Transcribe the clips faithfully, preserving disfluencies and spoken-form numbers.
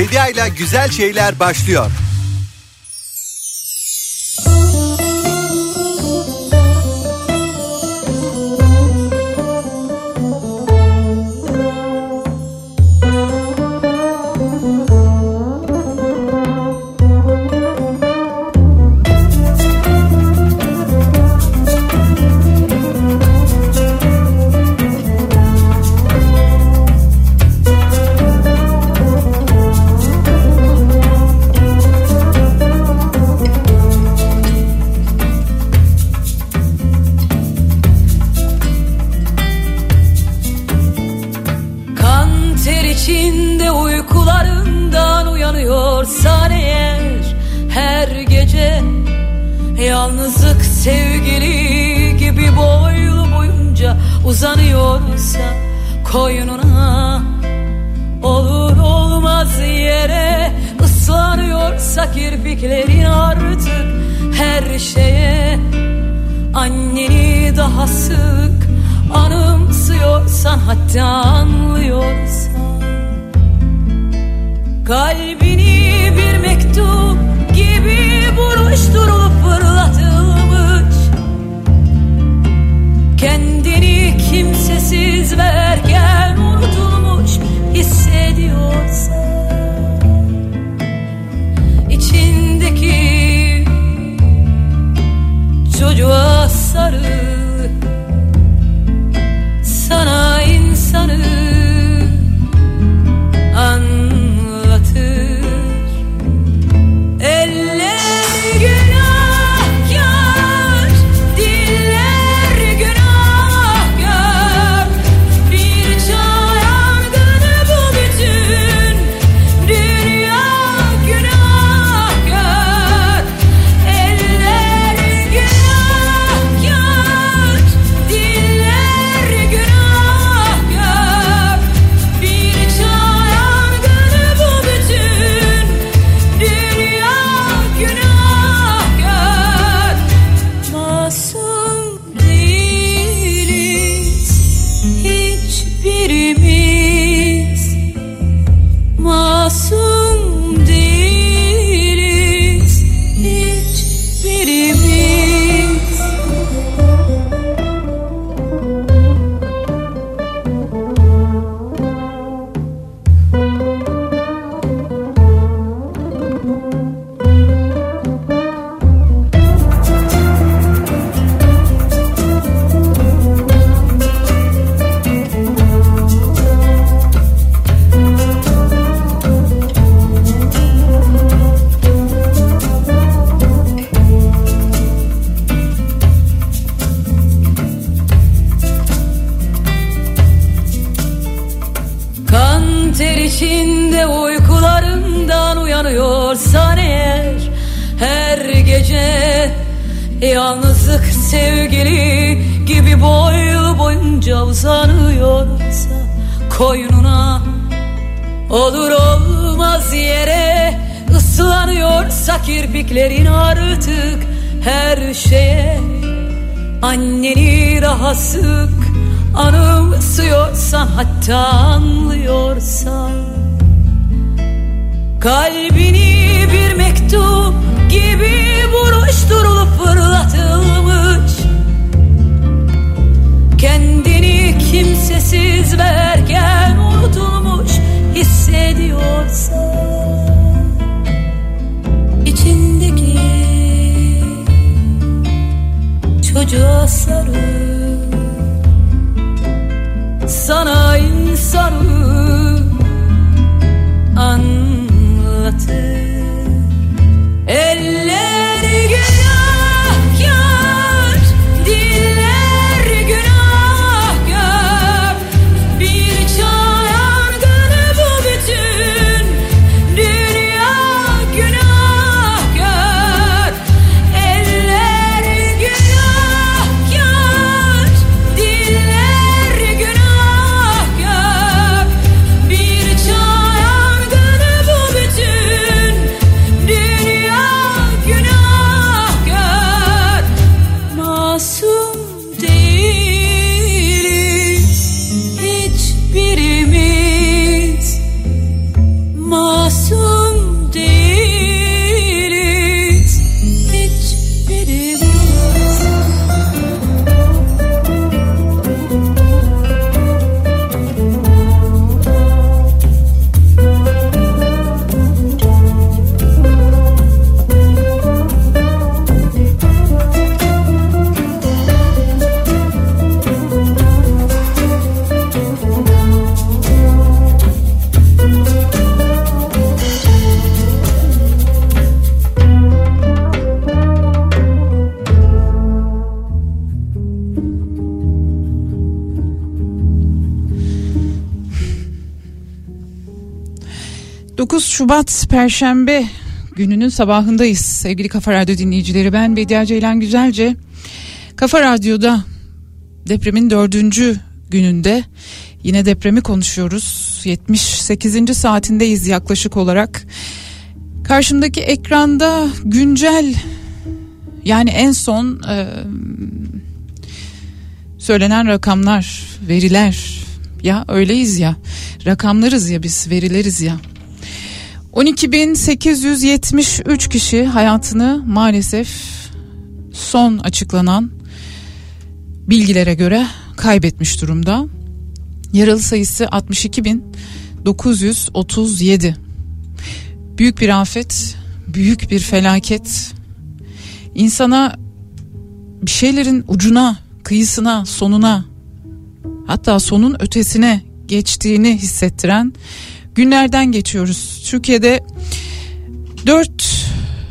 Bediayla güzel şeyler başlıyor. Yalnızlık sevgili gibi boylu boyunca uzanıyorsa koynuna, olur olmaz yere ıslanıyorsa kirpiklerin artık her şeye, anneni daha sık anımsıyorsan, hatta anlıyorsan, kalbini bir mektup gibi buruşturulup fırlatılmış, kendini kimsesiz verken unutulmuş hissediyorsa, içindeki çocuğa sarıl, sana insanı anlatır. Eller günahkar, diller günahkar, bir çağ yangını bu bütün dünya günahkar. Eller günahkar, diller günahkar, bir çağ yangını bu bütün dünya günahkar. Masum değiliz hiçbirimiz, masum değiliz hiçbirimiz. Kan ter içinde uykularından uyanıyorsan eğer, her gece yalnızlık sevgili gibi boylu boyunca uzanıyorsa koynuna, olur olmaz yere ıslanıyorsa kirpiklerin artık her şeye, anneni daha sık anımsıyorsan, hatta anlıyorsan, kalbini bir mektup gibi buruşturulup fırlatılmış, kendini kimsesiz verken unutulmuş hissediyorsan, içindeki çocuğa sarıl, sana insanı anlatır. Eller günahkar, diller günahkar, bir çağ yangını bu bütün dünya günahkar. Eller günahkar, diller günahkar, masum değiliz hiçbirimiz. dokuz Şubat Perşembe gününün sabahındayız sevgili Kafa Radyo dinleyicileri. Ben Bediye Ceylan Güzelce. Kafa Radyo'da depremin dördüncü gününde yine depremi konuşuyoruz. yetmiş sekizinci saatindeyiz yaklaşık olarak. Karşımdaki ekranda güncel, yani en son e, söylenen rakamlar, veriler. Ya öyleyiz ya, rakamlarız ya biz, verileriz ya. on iki bin sekiz yüz yetmiş üç kişi hayatını maalesef son açıklanan bilgilere göre kaybetmiş durumda. Yaralı sayısı altmış iki bin dokuz yüz otuz yedi. Büyük bir afet, büyük bir felaket. İnsana bir şeylerin ucuna, kıyısına, sonuna, hatta sonun ötesine geçtiğini hissettiren günlerden geçiyoruz. Türkiye'de dört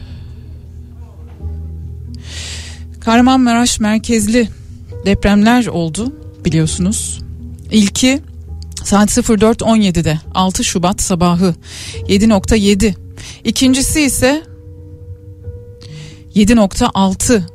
Kahramanmaraş merkezli depremler oldu biliyorsunuz. İlki saat sıfır dört on yedide altı Şubat sabahı yedi nokta yedi. İkincisi ise yedi nokta altı.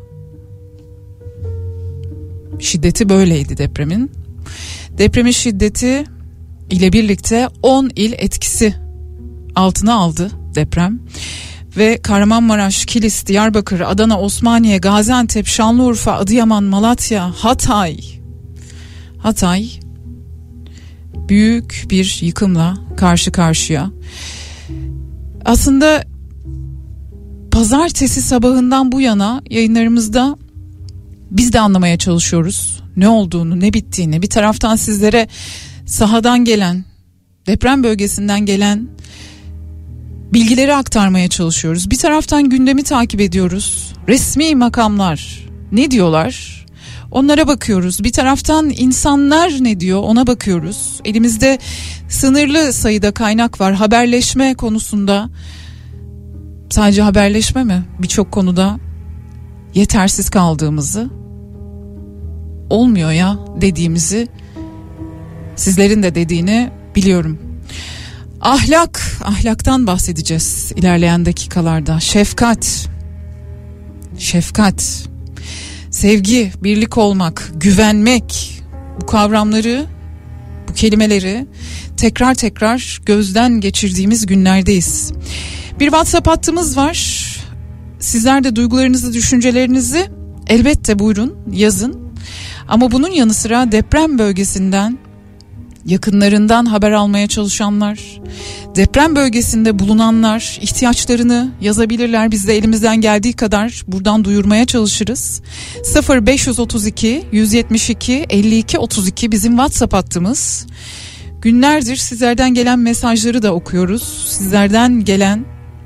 Şiddeti böyleydi depremin. Depremin şiddeti ile birlikte on il etkisi altına aldı deprem. Ve Kahramanmaraş, Kilis, Diyarbakır, Adana, Osmaniye, Gaziantep, Şanlıurfa, Adıyaman, Malatya, Hatay. Hatay büyük bir yıkımla karşı karşıya. Aslında pazartesi sabahından bu yana yayınlarımızda biz de anlamaya çalışıyoruz ne olduğunu, ne bittiğini. Bir taraftan sizlere sahadan gelen, deprem bölgesinden gelen bilgileri aktarmaya çalışıyoruz. Bir taraftan gündemi takip ediyoruz. Resmi makamlar ne diyorlar? Onlara bakıyoruz. Bir taraftan insanlar ne diyor? Ona bakıyoruz. Elimizde sınırlı sayıda kaynak var. Haberleşme konusunda, sadece haberleşme mi? Birçok konuda yetersiz kaldığımızı, olmuyor ya dediğimizi, sizlerin de dediğini biliyorum. Ahlak, ahlaktan bahsedeceğiz ilerleyen dakikalarda. Şefkat, şefkat, sevgi, birlik olmak, güvenmek, bu kavramları, bu kelimeleri tekrar tekrar gözden geçirdiğimiz günlerdeyiz. Bir WhatsApp hattımız var. Sizler de duygularınızı, düşüncelerinizi elbette buyurun yazın. Ama bunun yanı sıra deprem bölgesinden, yakınlarından haber almaya çalışanlar, deprem bölgesinde bulunanlar ihtiyaçlarını yazabilirler. Biz de elimizden geldiği kadar buradan duyurmaya çalışırız. sıfır beş otuz iki yüz yetmiş iki elli iki otuz iki bizim WhatsApp hattımız. Günlerdir sizlerden gelen mesajları da okuyoruz. Sizlerden gelen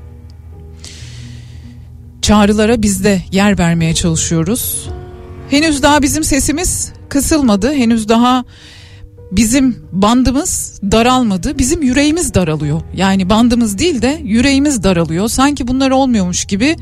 çağrılara biz de yer vermeye çalışıyoruz. Henüz daha bizim sesimiz kısılmadı. Henüz daha bizim bandımız daralmadı. Bizim yüreğimiz daralıyor. Yani bandımız değil de yüreğimiz daralıyor. Sanki bunlar olmuyormuş gibi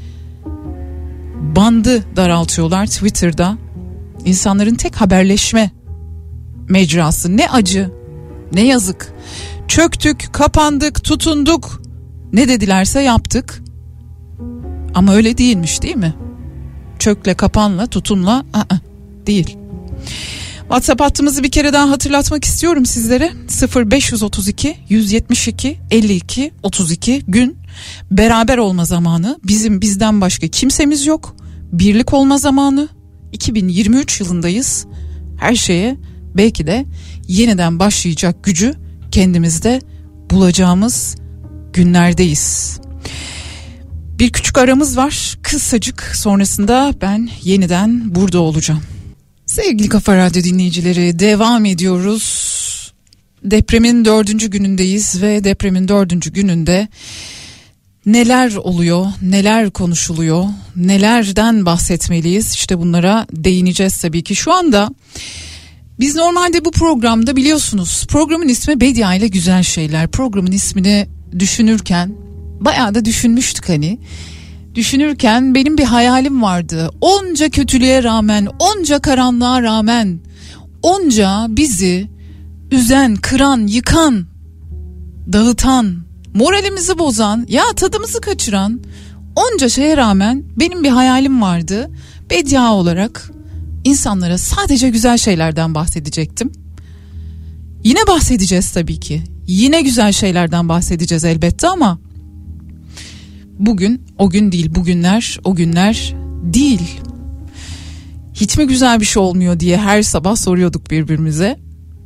bandı daraltıyorlar Twitter'da. İnsanların tek haberleşme mecrası. Ne acı, ne yazık. Çöktük, kapandık, tutunduk. Ne dedilerse yaptık. Ama öyle değilmiş, değil mi? Çökle, kapanla, tutunla ı-ı, değil. WhatsApp hattımızı bir kere daha hatırlatmak istiyorum sizlere. sıfır beş otuz iki yüz yetmiş iki elli iki otuz iki gün beraber olma zamanı. Bizim bizden başka kimsemiz yok. Birlik olma zamanı. iki bin yirmi üç yılındayız. Her şeye belki de yeniden başlayacak gücü kendimizde bulacağımız günlerdeyiz. Bir küçük aramız var, kısacık, sonrasında ben yeniden burada olacağım. Sevgili Kafa Radyo dinleyicileri, devam ediyoruz. Depremin dördüncü günündeyiz ve depremin dördüncü gününde neler oluyor, neler konuşuluyor, nelerden bahsetmeliyiz? İşte bunlara değineceğiz tabii ki. Şu anda biz normalde bu programda, biliyorsunuz, programın ismi Bedia ile Güzel Şeyler. Programın ismini düşünürken bayağı da düşünmüştük hani. Düşünürken benim bir hayalim vardı. Onca kötülüğe rağmen, onca karanlığa rağmen, onca bizi üzen, kıran, yıkan, dağıtan, moralimizi bozan, ya tadımızı kaçıran onca şeye rağmen benim bir hayalim vardı. Bedia olarak insanlara sadece güzel şeylerden bahsedecektim. Yine bahsedeceğiz tabii ki. Yine güzel şeylerden bahsedeceğiz elbette ama bugün o gün değil, bugünler o günler değil. Hiç mi güzel bir şey olmuyor diye her sabah soruyorduk birbirimize.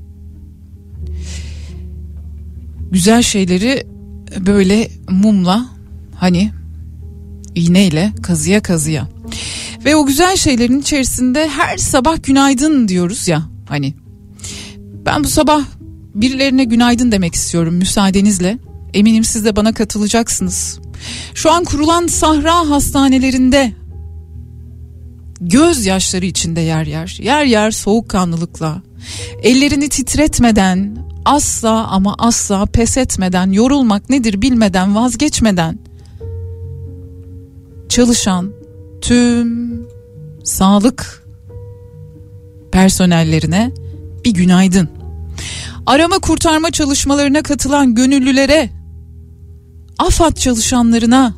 Güzel şeyleri böyle mumla, hani iğneyle kazıya kazıya. Ve o güzel şeylerin içerisinde her sabah günaydın diyoruz ya hani. Ben bu sabah birilerine günaydın demek istiyorum müsaadenizle. Eminim siz de bana katılacaksınız. Şu an kurulan sahra hastanelerinde gözyaşları içinde yer yer, yer yer soğukkanlılıkla, ellerini titretmeden, asla ama asla pes etmeden, yorulmak nedir bilmeden, vazgeçmeden çalışan tüm sağlık personellerine bir günaydın. Arama kurtarma çalışmalarına katılan gönüllülere, AFAD çalışanlarına,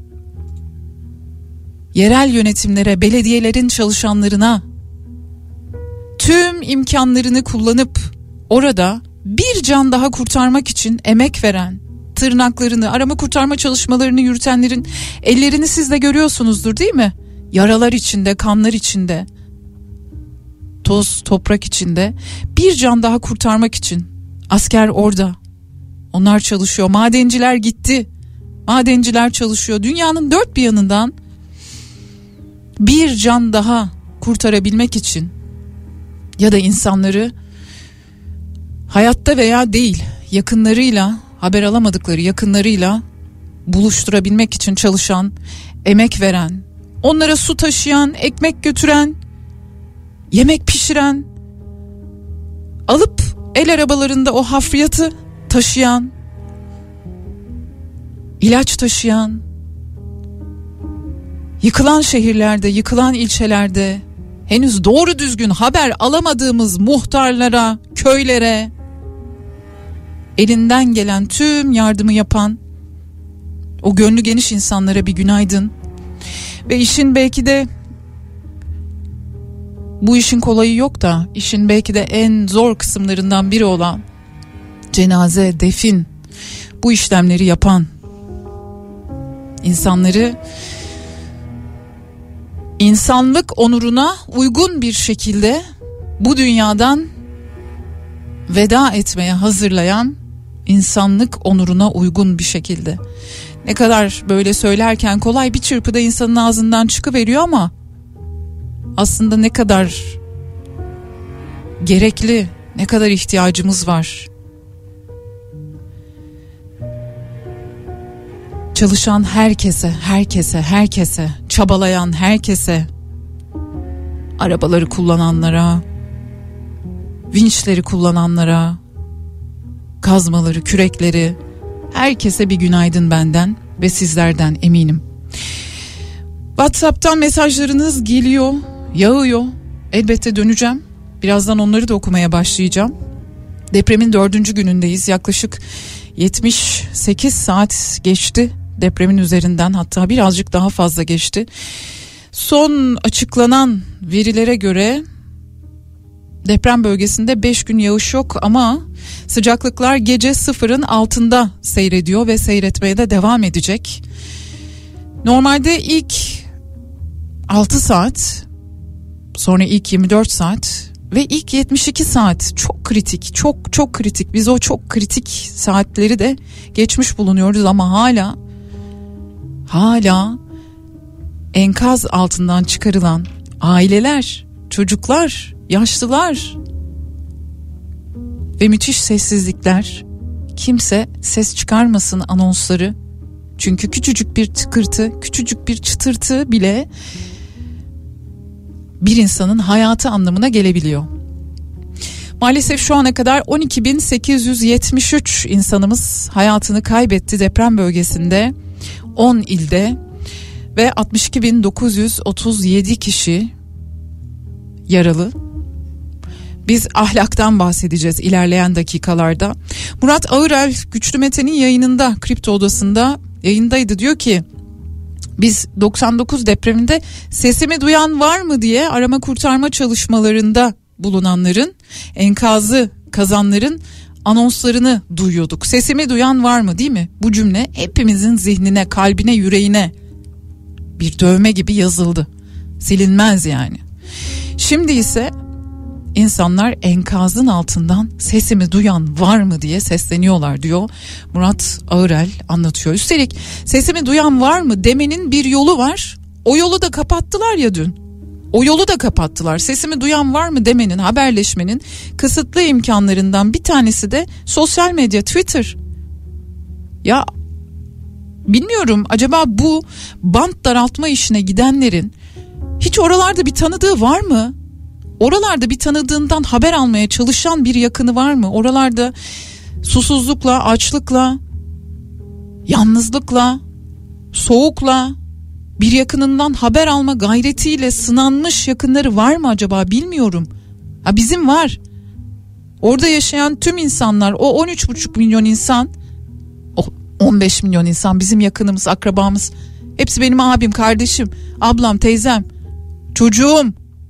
yerel yönetimlere, belediyelerin çalışanlarına, tüm imkanlarını kullanıp orada bir can daha kurtarmak için emek veren, tırnaklarını, arama kurtarma çalışmalarını yürütenlerin ellerini siz de görüyorsunuzdur değil mi? Yaralar içinde, kanlar içinde, toz, toprak içinde bir can daha kurtarmak için asker orada. Onlar çalışıyor. Madenciler gitti. Madenciler çalışıyor. Dünyanın dört bir yanından bir can daha kurtarabilmek için ya da insanları hayatta veya değil, yakınlarıyla, haber alamadıkları yakınlarıyla buluşturabilmek için çalışan, emek veren, onlara su taşıyan, ekmek götüren, yemek pişiren, alıp el arabalarında o hafriyatı taşıyan, ilaç taşıyan, yıkılan şehirlerde, yıkılan ilçelerde henüz doğru düzgün haber alamadığımız muhtarlara, köylere elinden gelen tüm yardımı yapan o gönlü geniş insanlara bir günaydın. Ve işin belki de, bu işin kolayı yok da, işin belki de en zor kısımlarından biri olan cenaze, defin, bu işlemleri yapan insanları insanlık onuruna uygun bir şekilde bu dünyadan veda etmeye hazırlayan, insanlık onuruna uygun bir şekilde. Ne kadar böyle söylerken kolay, bir çırpıda insanın ağzından çıkıveriyor ama aslında ne kadar gerekli, ne kadar ihtiyacımız var. Çalışan herkese, herkese, herkese, çabalayan herkese, arabaları kullananlara, vinçleri kullananlara, kazmaları, kürekleri, herkese bir günaydın benden ve sizlerden eminim. WhatsApp'tan mesajlarınız geliyor, yağıyor. Elbette döneceğim. Birazdan onları da okumaya başlayacağım. Depremin dördüncü günündeyiz. Yaklaşık yetmiş sekiz saat geçti depremin üzerinden, hatta birazcık daha fazla geçti. Son açıklanan verilere göre deprem bölgesinde beş gün yağış yok ama sıcaklıklar gece sıfırın altında seyrediyor ve seyretmeye de devam edecek. Normalde ilk altı saat, sonra ilk yirmi dört saat Ve ilk yetmiş iki saat çok kritik, çok çok kritik. Biz o çok kritik saatleri de geçmiş bulunuyoruz ama hala hala enkaz altından çıkarılan aileler, çocuklar, yaşlılar ve müthiş sessizlikler. Kimse ses çıkarmasın anonsları. Çünkü küçücük bir tıkırtı, küçücük bir çıtırtı bile bir insanın hayatı anlamına gelebiliyor. Maalesef şu ana kadar on iki bin sekiz yüz yetmiş üç insanımız hayatını kaybetti deprem bölgesinde, on ilde ve altmış iki bin dokuz yüz otuz yedi kişi yaralı. Biz ahlaktan bahsedeceğiz ilerleyen dakikalarda. Murat Ağırel Güçlü Mete'nin yayınında, Kripto Odası'nda yayındaydı. Diyor ki biz doksan dokuz depreminde sesimi duyan var mı diye arama kurtarma çalışmalarında bulunanların, enkazı kazanların anonslarını duyuyorduk. Sesimi duyan var mı, değil mi? Bu cümle hepimizin zihnine, kalbine, yüreğine bir dövme gibi yazıldı. Silinmez yani. Şimdi ise İnsanlar enkazın altından sesimi duyan var mı diye sesleniyorlar diyor Murat Ağırel, anlatıyor. Üstelik sesimi duyan var mı demenin bir yolu var. O yolu da kapattılar ya dün. O yolu da kapattılar. Sesimi duyan var mı demenin, haberleşmenin kısıtlı imkanlarından bir tanesi de sosyal medya, Twitter. Ya bilmiyorum, acaba bu bant daraltma işine gidenlerin hiç oralarda bir tanıdığı var mı? Oralarda bir tanıdığından haber almaya çalışan bir yakını var mı? Oralarda susuzlukla, açlıkla, yalnızlıkla, soğukla bir yakınından haber alma gayretiyle sınanmış yakınları var mı acaba, bilmiyorum. Ha, bizim var. Orada yaşayan tüm insanlar, o on üç buçuk milyon insan, o on beş milyon insan bizim yakınımız, akrabamız. Hepsi benim abim, kardeşim, ablam, teyzem, çocuğum.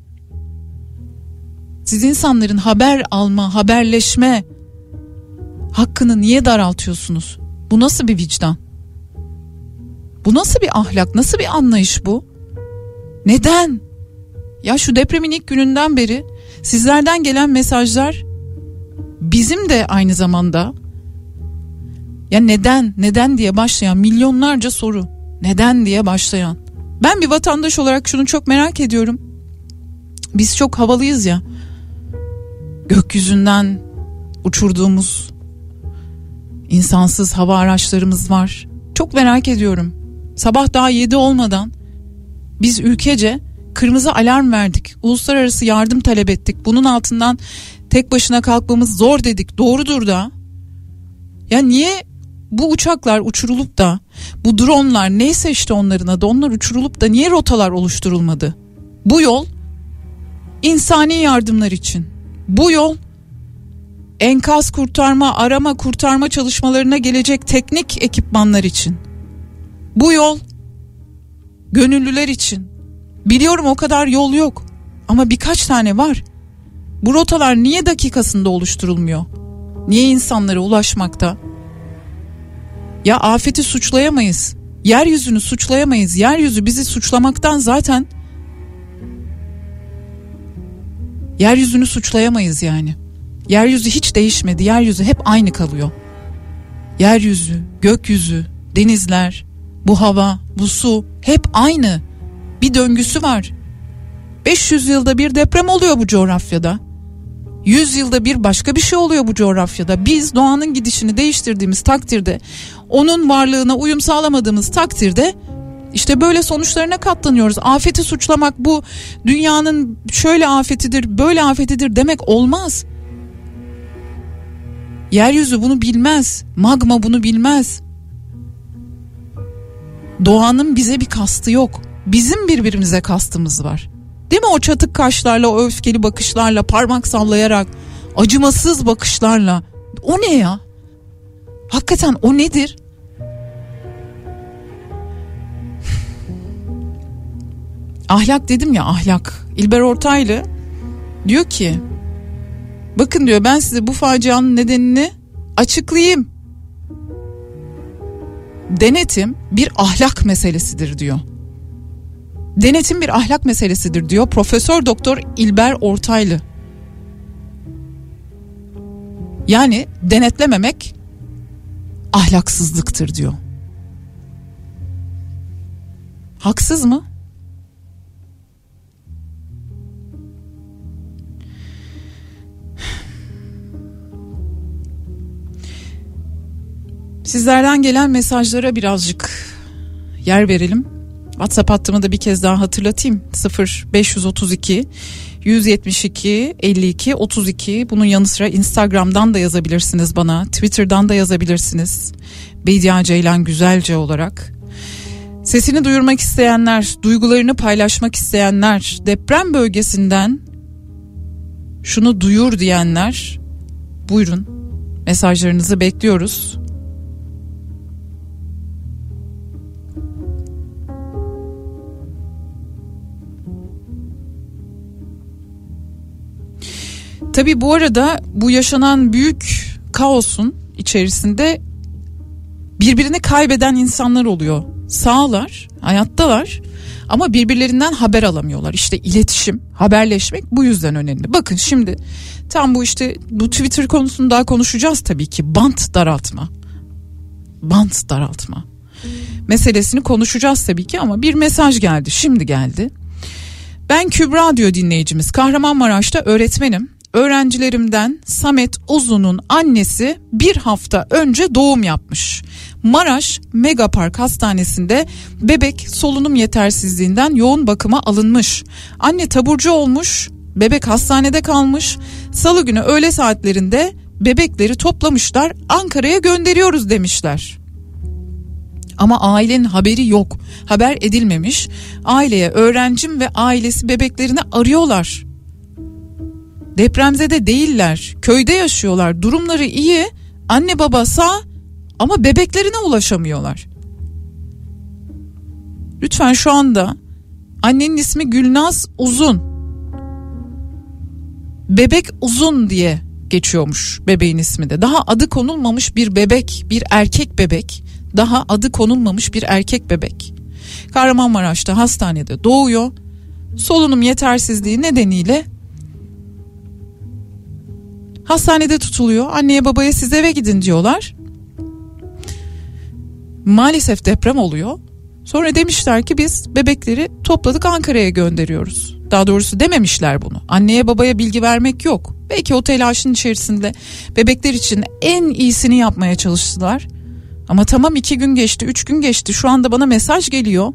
Siz insanların haber alma, haberleşme hakkını niye daraltıyorsunuz? Bu nasıl bir vicdan? Bu nasıl bir ahlak? Nasıl bir anlayış bu? Neden? Ya şu depremin ilk gününden beri sizlerden gelen mesajlar bizim de aynı zamanda, ya neden, neden diye başlayan milyonlarca soru. Neden diye başlayan. Ben bir vatandaş olarak şunu çok merak ediyorum. Biz çok havalıyız ya. Gökyüzünden uçurduğumuz insansız hava araçlarımız var. Çok merak ediyorum. Sabah daha yedi olmadan biz ülkece kırmızı alarm verdik. Uluslararası yardım talep ettik. Bunun altından tek başına kalkmamız zor dedik. Doğrudur da. Ya niye bu uçaklar uçurulup da, bu dronlar neyse işte onların adı, onlar uçurulup da niye rotalar oluşturulmadı? Bu yol insani yardımlar için. Bu yol enkaz kurtarma, arama, kurtarma çalışmalarına gelecek teknik ekipmanlar için. Bu yol gönüllüler için. Biliyorum o kadar yol yok ama birkaç tane var. Bu rotalar niye dakikasında oluşturulmuyor? Niye insanlara ulaşmakta? Ya afeti suçlayamayız. Yeryüzünü suçlayamayız. Yeryüzü bizi suçlamaktan zaten, yeryüzünü suçlayamayız yani. Yeryüzü hiç değişmedi. Yeryüzü hep aynı kalıyor. Yeryüzü, gökyüzü, denizler, bu hava, bu su hep aynı. Bir döngüsü var. beş yüz yılda bir deprem oluyor bu coğrafyada. yüz yılda bir başka bir şey oluyor bu coğrafyada. Biz doğanın gidişini değiştirdiğimiz takdirde, onun varlığına uyum sağlamadığımız takdirde İşte böyle sonuçlarına katlanıyoruz. Afeti suçlamak, bu dünyanın şöyle afetidir, böyle afetidir demek olmaz. Yeryüzü bunu bilmez. Magma bunu bilmez. Doğanın bize bir kastı yok. Bizim birbirimize kastımız var. Değil mi? O çatık kaşlarla, o öfkeli bakışlarla, parmak sallayarak, acımasız bakışlarla. O ne ya? Hakikaten o nedir? Ahlak dedim ya, ahlak. İlber Ortaylı diyor ki, bakın diyor, ben size bu facianın nedenini açıklayayım. Denetim bir ahlak meselesidir diyor. Denetim bir ahlak meselesidir diyor Profesör Doktor İlber Ortaylı. Yani denetlememek ahlaksızlıktır diyor. Haksız mı? Sizlerden gelen mesajlara birazcık yer verelim. WhatsApp hattımı da bir kez daha hatırlatayım. sıfır beş otuz iki yüz yetmiş iki elli iki otuz iki. Bunun yanı sıra Instagram'dan da yazabilirsiniz bana. Twitter'dan da yazabilirsiniz. Bediye Ceylan Güzelce olarak. Sesini duyurmak isteyenler, duygularını paylaşmak isteyenler, deprem bölgesinden şunu duyur diyenler, buyurun, mesajlarınızı bekliyoruz. Tabii bu arada bu yaşanan büyük kaosun içerisinde birbirini kaybeden insanlar oluyor. Sağlar, hayattalar ama birbirlerinden haber alamıyorlar. İşte iletişim, haberleşmek bu yüzden önemli. Bakın şimdi tam bu işte bu Twitter konusunu daha konuşacağız tabii ki. Bant daraltma. Bant daraltma meselesini konuşacağız tabii ki ama bir mesaj geldi. Şimdi geldi. Ben Kübra diyor dinleyicimiz. Kahramanmaraş'ta öğretmenim. Öğrencilerimden Samet Uzun'un annesi bir hafta önce doğum yapmış. Maraş Megapark Hastanesi'nde bebek solunum yetersizliğinden yoğun bakıma alınmış. Anne taburcu olmuş, bebek hastanede kalmış. Salı günü öğle saatlerinde bebekleri toplamışlar, Ankara'ya gönderiyoruz demişler. Ama ailenin haberi yok, haber edilmemiş. Aileye öğrencim ve ailesi bebeklerini arıyorlar. Depremzede değiller, köyde yaşıyorlar, durumları iyi, anne baba sağ ama bebeklerine ulaşamıyorlar. Lütfen şu anda annenin ismi Gülnaz Uzun, bebek Uzun diye geçiyormuş bebeğin ismi de. Daha adı konulmamış bir bebek, bir erkek bebek, daha adı konulmamış bir erkek bebek. Kahramanmaraş'ta hastanede doğuyor, solunum yetersizliği nedeniyle hastanede tutuluyor. Anneye babaya siz eve gidin diyorlar. Maalesef deprem oluyor. Sonra demişler ki biz bebekleri topladık, Ankara'ya gönderiyoruz. Daha doğrusu dememişler bunu. Anneye babaya bilgi vermek yok. Belki o telaşın içerisinde bebekler için en iyisini yapmaya çalıştılar. Ama tamam, iki gün geçti, üç gün geçti. Şu anda bana mesaj geliyor.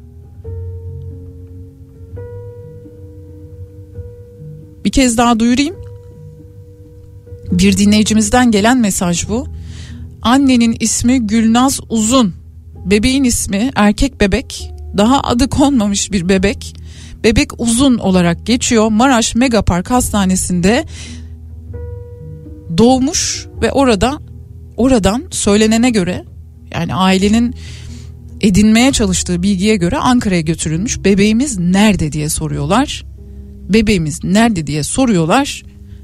Bir kez daha duyurayım. Bir dinleyicimizden gelen mesaj bu. Annenin ismi Gülnaz Uzun. Bebeğin ismi erkek bebek. Daha adı konmamış bir bebek. Bebek Uzun olarak geçiyor. Maraş Megapark Hastanesi'nde doğmuş ve orada oradan söylenene göre, yani ailenin edinmeye çalıştığı bilgiye göre Ankara'ya götürülmüş. Bebeğimiz nerede diye soruyorlar. Bebeğimiz nerede diye soruyorlar.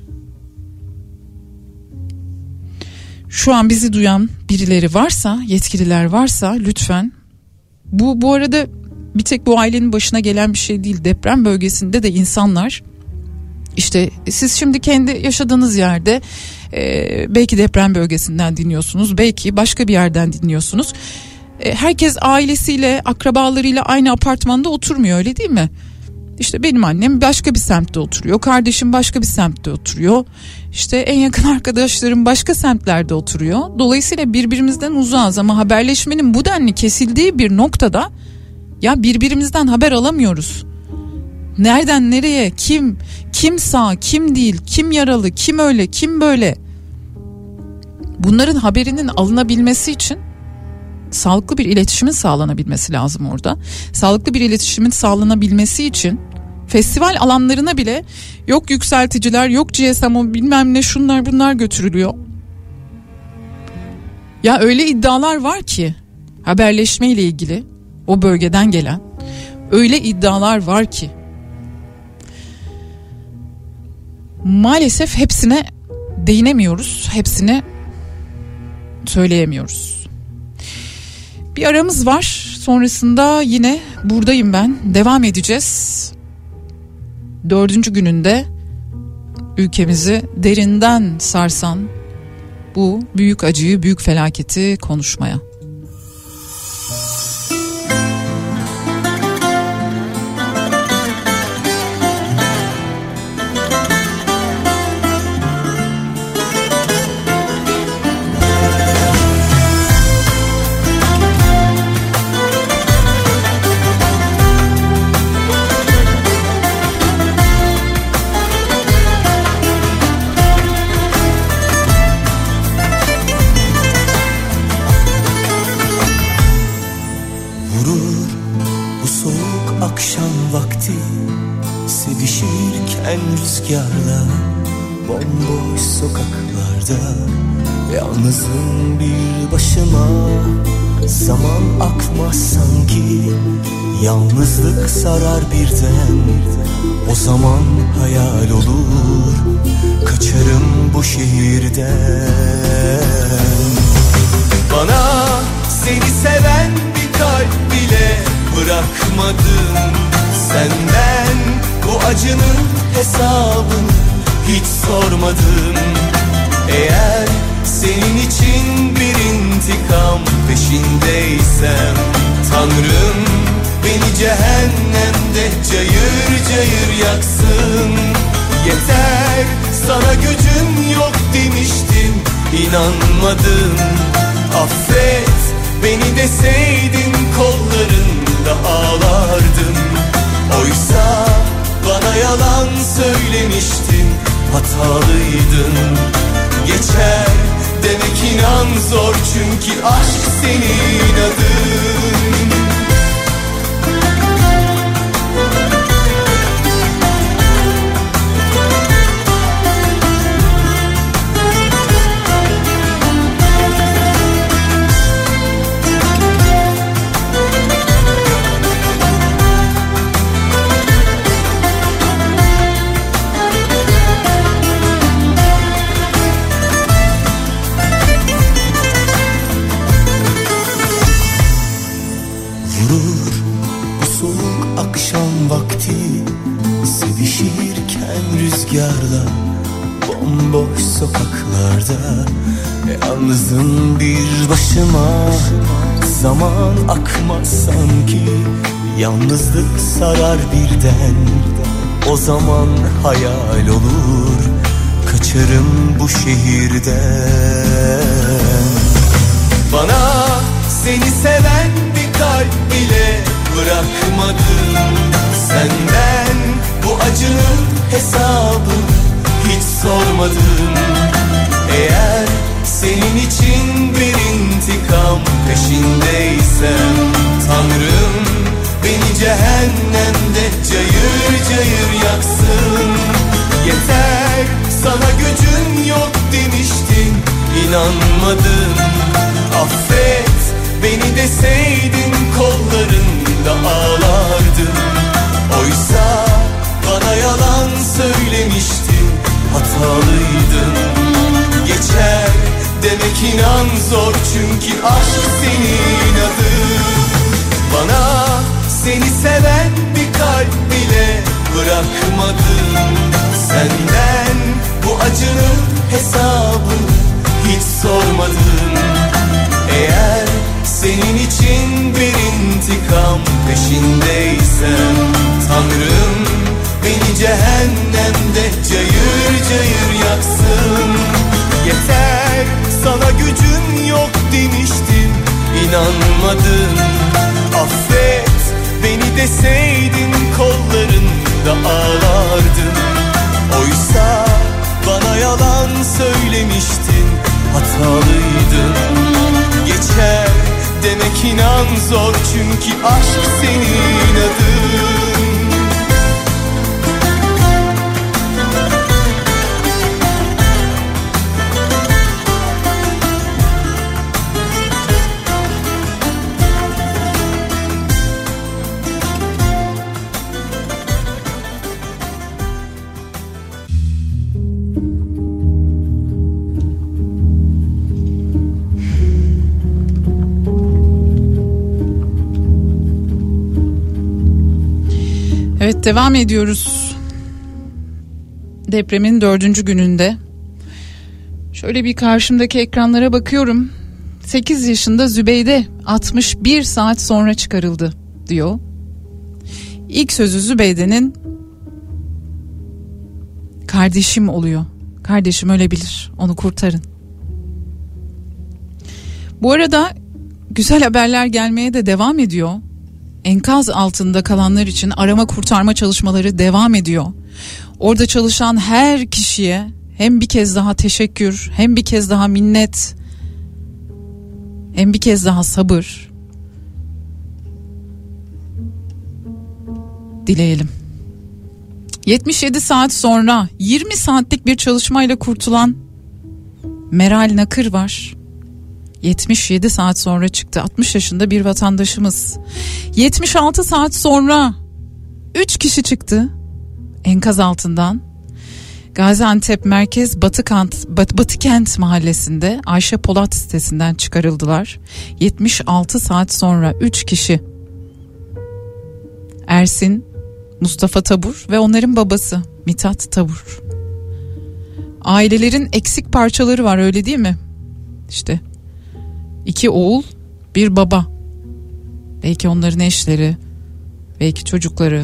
Şu an bizi duyan birileri varsa, yetkililer varsa lütfen. Bu bu arada bir tek bu ailenin başına gelen bir şey değil. Deprem bölgesinde de insanlar, işte siz şimdi kendi yaşadığınız yerde e, belki deprem bölgesinden dinliyorsunuz, belki başka bir yerden dinliyorsunuz. E, herkes ailesiyle, akrabalarıyla aynı apartmanda oturmuyor, öyle değil mi? İşte benim annem başka bir semtte oturuyor, kardeşim başka bir semtte oturuyor, işte en yakın arkadaşlarım başka semtlerde oturuyor. Dolayısıyla birbirimizden uzağız ama haberleşmenin bu denli kesildiği bir noktada ya birbirimizden haber alamıyoruz. Nereden nereye, kim kim sağ, kim değil, kim yaralı, kim öyle, kim böyle. Bunların haberinin alınabilmesi için sağlıklı bir iletişimin sağlanabilmesi lazım orada. Sağlıklı bir iletişimin sağlanabilmesi için festival alanlarına bile yok yükselticiler, yok G S M, bilmem ne, şunlar bunlar götürülüyor. Ya öyle iddialar var ki haberleşme ile ilgili, o bölgeden gelen öyle iddialar var ki maalesef hepsine değinemiyoruz, hepsini söyleyemiyoruz. Bir aramız var, sonrasında yine buradayım ben, devam edeceğiz. Dördüncü gününde ülkemizi derinden sarsan bu büyük acıyı, büyük felaketi konuşmaya. Rüzgarla bomboş sokaklarda yalnızım bir başıma. Zaman akmaz sanki, yalnızlık sarar birden. O zaman hayal olur, kaçarım bu şehirden. Bana seni seven bir kalp bile bırakmadın. Senden bu acının hesabını hiç sormadım. Eğer senin için bir intikam peşindeysem, Tanrım beni cehennemde cayır cayır yaksın. Yeter, sana gücüm yok demiştin, inanmadım. Affet beni deseydin, kollarında ağlardım. Oysa bana yalan söylemiştin, hatalıydın. Geçer demek inan zor, çünkü aşk senin adın. Rüzgarla bomboş sokaklarda yalnızım bir başıma. Zaman akmaz sanki, yalnızlık sarar birden. O zaman hayal olur, kaçarım bu şehirden. Bana seni seven bir kalp bile bırakmadın. Senden bu acının hesabını hiç sormadım. Eğer senin için bir intikam peşindeysem, Tanrım beni cehennemde cayır cayır yaksın. Yeter, sana gücün yok demiştin, inanmadım. Affet beni deseydin, kollarında ağlardım. Oysa bana yalan söylemiştin, hatalıydın. Geçer demek inan zor, çünkü aşk senin adın. Bana seni seven bir kalp bile bırakmadın. Senden bu acının hesabını hiç sormadım. Eğer senin için bir intikam peşindeysem, Tanrım beni cehennemde cayır cayır yaksın. Yeter, sana gücüm yok demiştim, inanmadım. Affet beni deseydin, kollarında ağlardım. Oysa bana yalan söylemiştin, hatalıydın. Geçer demek inan zor, çünkü aşk senin adın. Evet, devam ediyoruz. Depremin dördüncü gününde Şöyle bir karşımdaki ekranlara bakıyorum. sekiz yaşında Zübeyde altmış bir saat sonra çıkarıldı diyor. İlk sözü Zübeyde'nin kardeşim oluyor. Kardeşim ölebilir, onu kurtarın. Bu arada güzel haberler gelmeye de devam ediyor. Enkaz altında kalanlar için arama kurtarma çalışmaları devam ediyor. Orada çalışan her kişiye hem bir kez daha teşekkür, hem bir kez daha minnet, hem bir kez daha sabır dileyelim. yetmiş yedi saat sonra yirmi saatlik bir çalışmayla kurtulan Meral Nakır var. yetmiş yedi saat sonra çıktı. altmış yaşında bir vatandaşımız. yetmiş altı saat sonra üç kişi çıktı enkaz altından. Gaziantep Merkez Batıkent, Bat, Batıkent mahallesinde Ayşe Polat sitesinden çıkarıldılar. yetmiş altı saat sonra üç kişi. Ersin, Mustafa Tabur ve onların babası Mithat Tabur. Ailelerin eksik parçaları var, öyle değil mi? İşte iki oğul, bir baba. Belki onların eşleri, belki çocukları.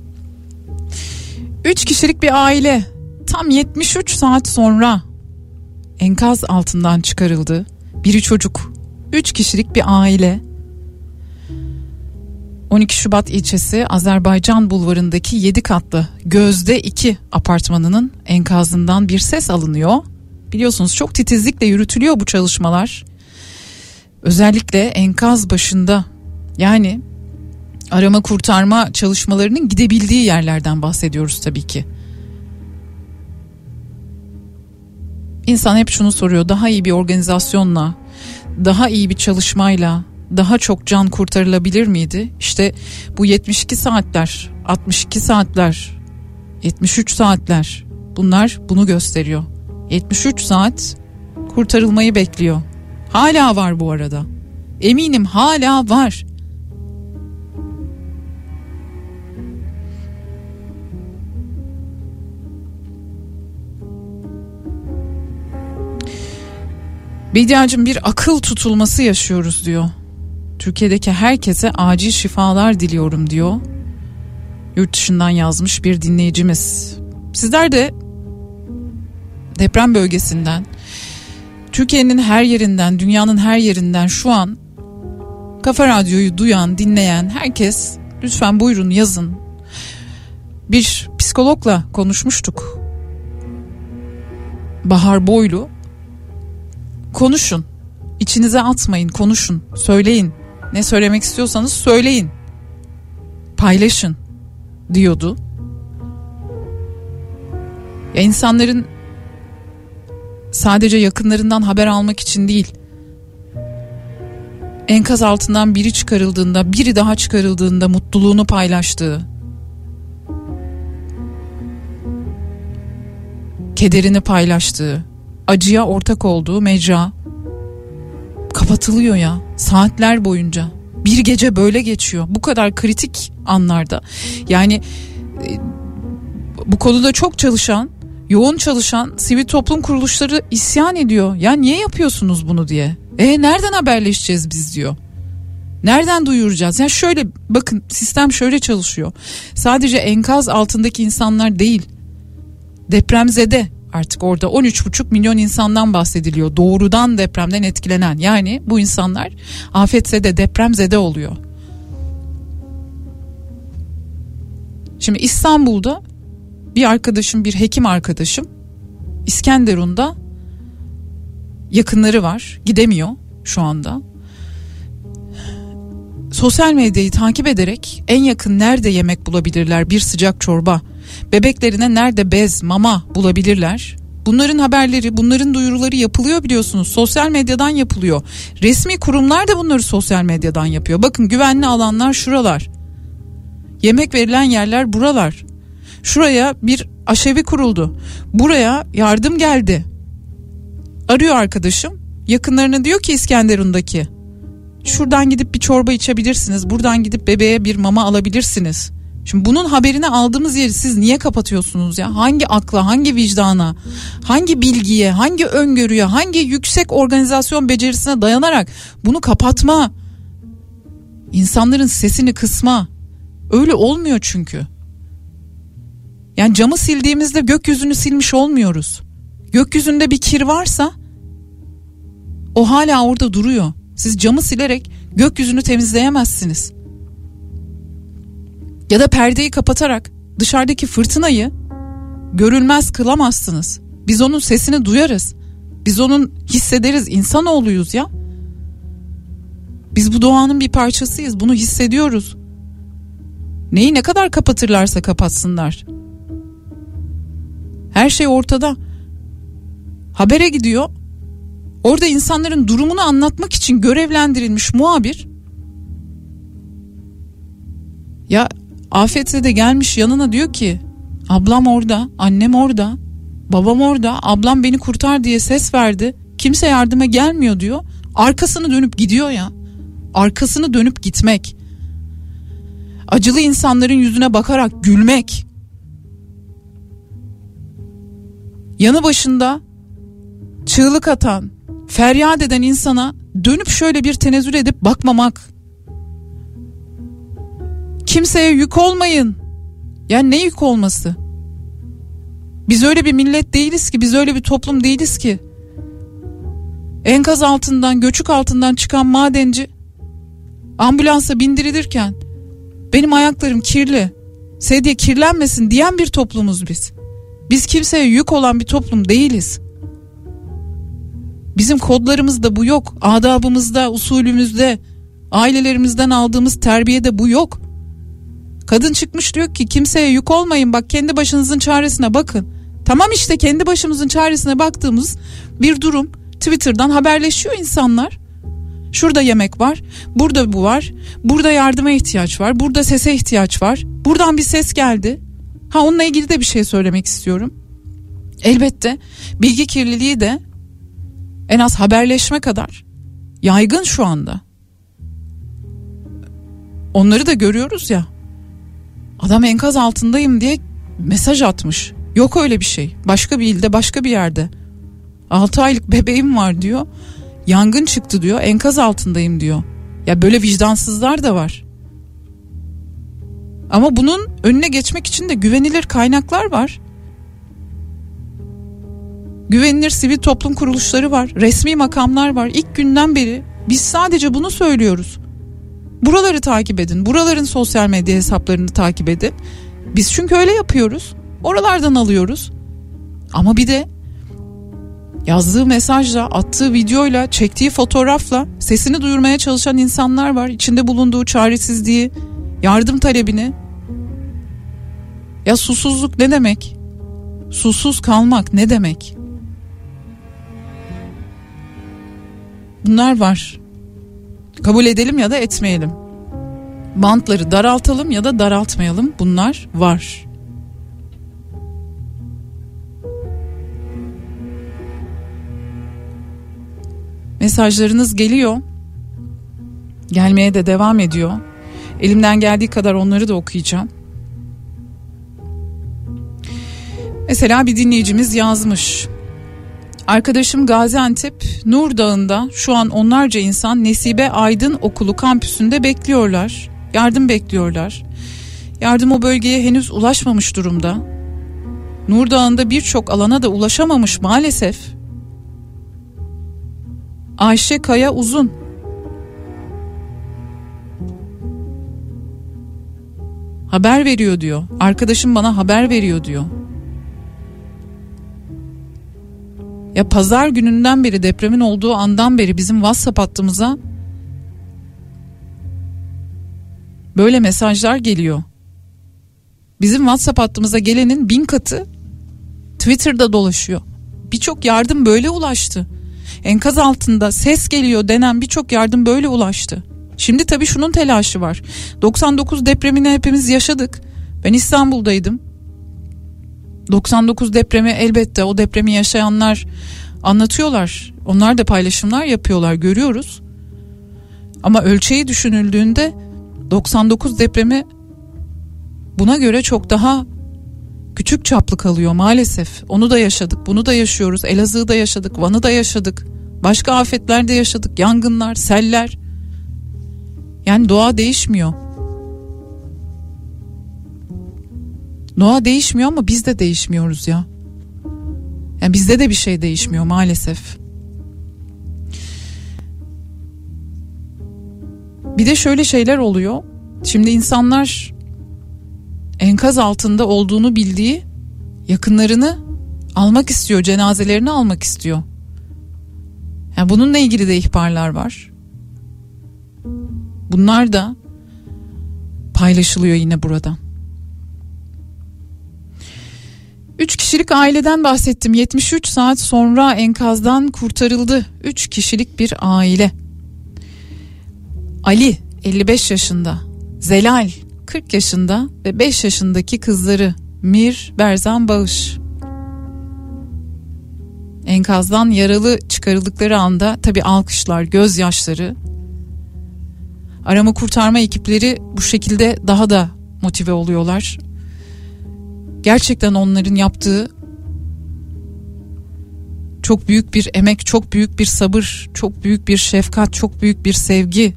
Üç kişilik bir aile tam yetmiş üç saat sonra enkaz altından çıkarıldı. Biri çocuk, üç kişilik bir aile. on iki Şubat ilçesi Azerbaycan Bulvarı'ndaki yedi katlı Gözde iki apartmanının enkazından bir ses alınıyor. Biliyorsunuz çok titizlikle yürütülüyor bu çalışmalar. Özellikle enkaz başında, yani arama kurtarma çalışmalarının gidebildiği yerlerden bahsediyoruz tabii ki. İnsan hep şunu soruyor: daha iyi bir organizasyonla, daha iyi bir çalışmayla daha çok can kurtarılabilir miydi? İşte bu yetmiş iki saatler, altmış iki saatler, yetmiş üç saatler, bunlar bunu gösteriyor. yetmiş üç saat kurtarılmayı bekliyor. Hala var bu arada. Eminim hala var. Bediacığım, bir akıl tutulması yaşıyoruz diyor. Türkiye'deki herkese acil şifalar diliyorum diyor. Yurt dışından yazmış bir dinleyicimiz. Sizler de deprem bölgesinden, Türkiye'nin her yerinden, dünyanın her yerinden şu an Kafa Radyo'yu duyan, dinleyen herkes lütfen buyurun yazın. Bir psikologla konuşmuştuk. Bahar Boylu. Konuşun. İçinize atmayın, konuşun, söyleyin. Ne söylemek istiyorsanız söyleyin. Paylaşın diyordu. Ya insanların sadece yakınlarından haber almak için değil, enkaz altından biri çıkarıldığında, biri daha çıkarıldığında mutluluğunu paylaştığı, kederini paylaştığı, acıya ortak olduğu mecra kapatılıyor ya saatler boyunca. Bir gece böyle geçiyor bu kadar kritik anlarda. Yani e, bu konuda çok çalışan, yoğun çalışan sivil toplum kuruluşları isyan ediyor. Ya niye yapıyorsunuz bunu diye. E nereden haberleşeceğiz biz diyor. Nereden duyuracağız? Ya şöyle bakın, sistem şöyle çalışıyor. Sadece enkaz altındaki insanlar değil, depremzede, artık orada on üç buçuk milyon insandan bahsediliyor. Doğrudan depremden etkilenen, yani bu insanlar afetzede, depremzede oluyor. Şimdi İstanbul'da bir arkadaşım, bir hekim arkadaşım İskenderun'da yakınları var, gidemiyor şu anda. Sosyal medyayı takip ederek en yakın nerede yemek bulabilirler, bir sıcak çorba, bebeklerine nerede bez, mama bulabilirler. Bunların haberleri, bunların duyuruları yapılıyor biliyorsunuz. Sosyal medyadan yapılıyor. Resmi kurumlar da bunları sosyal medyadan yapıyor. Bakın, güvenli alanlar şuralar. Yemek verilen yerler buralar. Şuraya bir aşevi kuruldu. Buraya yardım geldi. Arıyor arkadaşım. Yakınlarına diyor ki İskenderun'daki, şuradan gidip bir çorba içebilirsiniz. Buradan gidip bebeğe bir mama alabilirsiniz. Şimdi bunun haberini aldığımız yeri siz niye kapatıyorsunuz ya? Hangi akla, hangi vicdana, hangi bilgiye, hangi öngörüye, hangi yüksek organizasyon becerisine dayanarak bunu kapatma? İnsanların sesini kısma. Öyle olmuyor çünkü. Yani camı sildiğimizde gökyüzünü silmiş olmuyoruz. Gökyüzünde bir kir varsa o hala orada duruyor. Siz camı silerek gökyüzünü temizleyemezsiniz. Ya da perdeyi kapatarak dışarıdaki fırtınayı görülmez kılamazsınız. Biz onun sesini duyarız. Biz onun hissederiz. İnsanoğluyuz ya. Biz bu doğanın bir parçasıyız. Bunu hissediyoruz. Neyi ne kadar kapatırlarsa kapatsınlar. Her şey ortada. Habere gidiyor. Orada insanların durumunu anlatmak için görevlendirilmiş muhabir. Ya afetse de gelmiş yanına diyor ki ablam orada, annem orada, babam orada, ablam beni kurtar diye ses verdi. Kimse yardıma gelmiyor diyor. Arkasını dönüp gidiyor ya. Arkasını dönüp gitmek. Acılı insanların yüzüne bakarak gülmek. Yanı başında çığlık atan, feryat eden insana dönüp şöyle bir tenezzül edip bakmamak. Kimseye yük olmayın. Yani ne yük olması? Biz öyle bir millet değiliz ki, biz öyle bir toplum değiliz ki. Enkaz altından, göçük altından çıkan madenci ambulansa bindirilirken benim ayaklarım kirli, sedye kirlenmesin diyen bir toplumuz biz. Biz kimseye yük olan bir toplum değiliz. Bizim kodlarımızda bu yok. Adabımızda, usulümüzde, ailelerimizden aldığımız terbiyede bu yok. Kadın çıkmış diyor ki kimseye yük olmayın, bak kendi başınızın çaresine bakın. Tamam işte, kendi başımızın çaresine baktığımız bir durum. Twitter'dan haberleşiyor insanlar. Şurada yemek var, burada bu var, burada yardıma ihtiyaç var, burada sese ihtiyaç var. Buradan bir ses geldi. Ha, onunla ilgili de bir şey söylemek istiyorum. Elbette bilgi kirliliği de en az haberleşme kadar yaygın şu anda. Onları da görüyoruz ya. Adam enkaz altındayım diye mesaj atmış. Yok öyle bir şey. Başka bir ilde, başka bir yerde. altı aylık bebeğim var diyor. Yangın çıktı diyor. Enkaz altındayım diyor. Ya böyle vicdansızlar da var. Ama bunun önüne geçmek için de güvenilir kaynaklar var. Güvenilir sivil toplum kuruluşları var. Resmi makamlar var. İlk günden beri biz sadece bunu söylüyoruz. Buraları takip edin. Buraların sosyal medya hesaplarını takip edin. Biz çünkü öyle yapıyoruz. Oralardan alıyoruz. Ama bir de yazdığı mesajla, attığı videoyla, çektiği fotoğrafla sesini duyurmaya çalışan insanlar var. İçinde bulunduğu çaresizliği, yardım talebini. Ya susuzluk ne demek? Susuz kalmak ne demek? Bunlar var. Kabul edelim ya da etmeyelim. Bantları daraltalım ya da daraltmayalım. Bunlar var. Mesajlarınız geliyor. Gelmeye de devam ediyor. Elimden geldiği kadar onları da okuyacağım. Mesela bir dinleyicimiz yazmış. Arkadaşım Gaziantep Nur Dağı'nda şu an onlarca insan Nesibe Aydın Okulu kampüsünde bekliyorlar. Yardım bekliyorlar. Yardım o bölgeye henüz ulaşmamış durumda. Nur Dağı'nda birçok alana da ulaşamamış maalesef. Ayşe Kaya Uzun. Haber veriyor diyor. Arkadaşım bana haber veriyor diyor. Ya pazar gününden beri, depremin olduğu andan beri bizim WhatsApp hattımıza böyle mesajlar geliyor. Bizim WhatsApp hattımıza gelenin bin katı Twitter'da dolaşıyor. Birçok yardım böyle ulaştı. Enkaz altında ses geliyor denen birçok yardım böyle ulaştı. Şimdi tabii şunun telaşı var. doksan dokuz depremini hepimiz yaşadık. Ben İstanbul'daydım. doksan dokuz depremi, elbette o depremi yaşayanlar anlatıyorlar. Onlar da paylaşımlar yapıyorlar, görüyoruz. Ama ölçeği düşünüldüğünde doksan dokuz depremi buna göre çok daha küçük çaplı kalıyor maalesef. Onu da yaşadık, bunu da yaşıyoruz. Elazığ'ı da yaşadık, Van'ı da yaşadık. Başka afetler de yaşadık. Yangınlar, seller. Yani doğa değişmiyor. Doğa değişmiyor ama biz de değişmiyoruz ya. Yani bizde de bir şey değişmiyor maalesef. Bir de şöyle şeyler oluyor. Şimdi insanlar enkaz altında olduğunu bildiği yakınlarını almak istiyor, cenazelerini almak istiyor. Yani bununla ilgili de ihbarlar var. Bunlar da paylaşılıyor yine burada. Üç kişilik aileden bahsettim. yetmiş üç saat sonra enkazdan kurtarıldı. Üç kişilik bir aile. Ali elli beş yaşında, Zelal kırk yaşında ve beş yaşındaki kızları Mir, Berzan Bağış. Enkazdan yaralı çıkarıldıkları anda tabii alkışlar, gözyaşları. Arama kurtarma ekipleri bu şekilde daha da motive oluyorlar. Gerçekten onların yaptığı çok büyük bir emek, çok büyük bir sabır, çok büyük bir şefkat, çok büyük bir sevgi.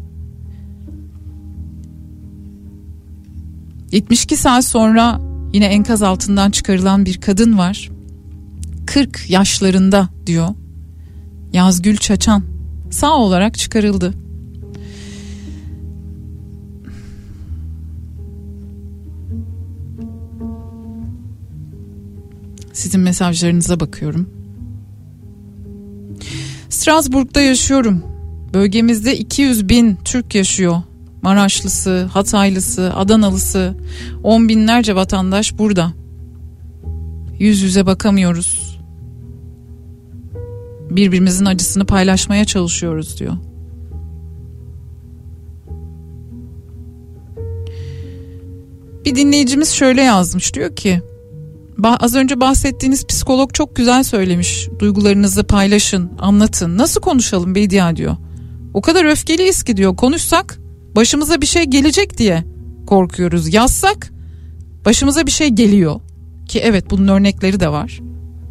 yetmiş iki saat sonra yine enkaz altından çıkarılan bir kadın var. kırk yaşlarında diyor. Yazgül Çaçan sağ olarak çıkarıldı. Sizin mesajlarınıza bakıyorum. Strasbourg'da yaşıyorum. Bölgemizde iki yüz bin Türk yaşıyor. Maraşlısı, Hataylısı, Adanalısı, on binlerce vatandaş burada. Yüz yüze bakamıyoruz. Birbirimizin acısını paylaşmaya çalışıyoruz diyor. Bir dinleyicimiz şöyle yazmış, diyor ki az önce bahsettiğiniz psikolog çok güzel söylemiş. Duygularınızı paylaşın, anlatın. Nasıl konuşalım Bediye diyor. O kadar öfkeliyiz ki diyor. Konuşsak başımıza bir şey gelecek diye korkuyoruz. Yazsak başımıza bir şey geliyor. Ki evet, bunun örnekleri de var.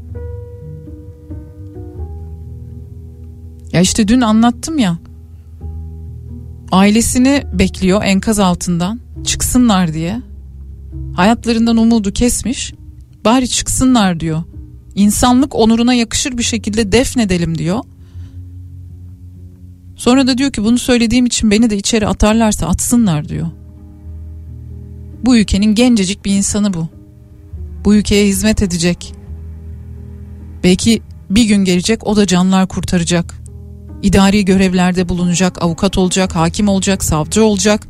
Ya işte dün anlattım ya. Ailesini bekliyor enkaz altından. Çıksınlar diye. Hayatlarından umudu kesmiş. Bari çıksınlar diyor. İnsanlık onuruna yakışır bir şekilde defnedelim diyor. Sonra da diyor ki bunu söylediğim için beni de içeri atarlarsa atsınlar diyor. Bu ülkenin gencecik bir insanı bu. Bu ülkeye hizmet edecek. Belki bir gün gelecek, o da canlar kurtaracak. İdari görevlerde bulunacak, avukat olacak, hakim olacak, savcı olacak.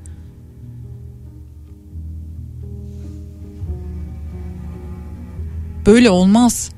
Böyle olmaz.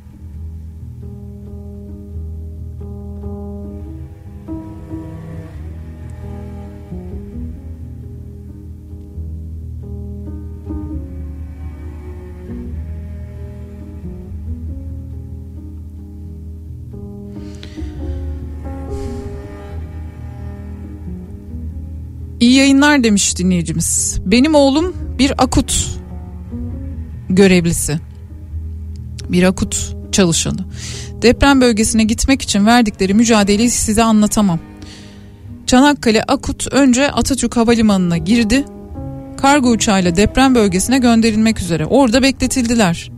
İyi yayınlar demiş dinleyicimiz. Benim oğlum bir akut görevlisi. Bir akut çalışanı. Deprem bölgesine gitmek için verdikleri mücadeleyi size anlatamam. Çanakkale Akut önce Atatürk Havalimanı'na girdi. Kargo uçağıyla deprem bölgesine gönderilmek üzere. Orada bekletildiler.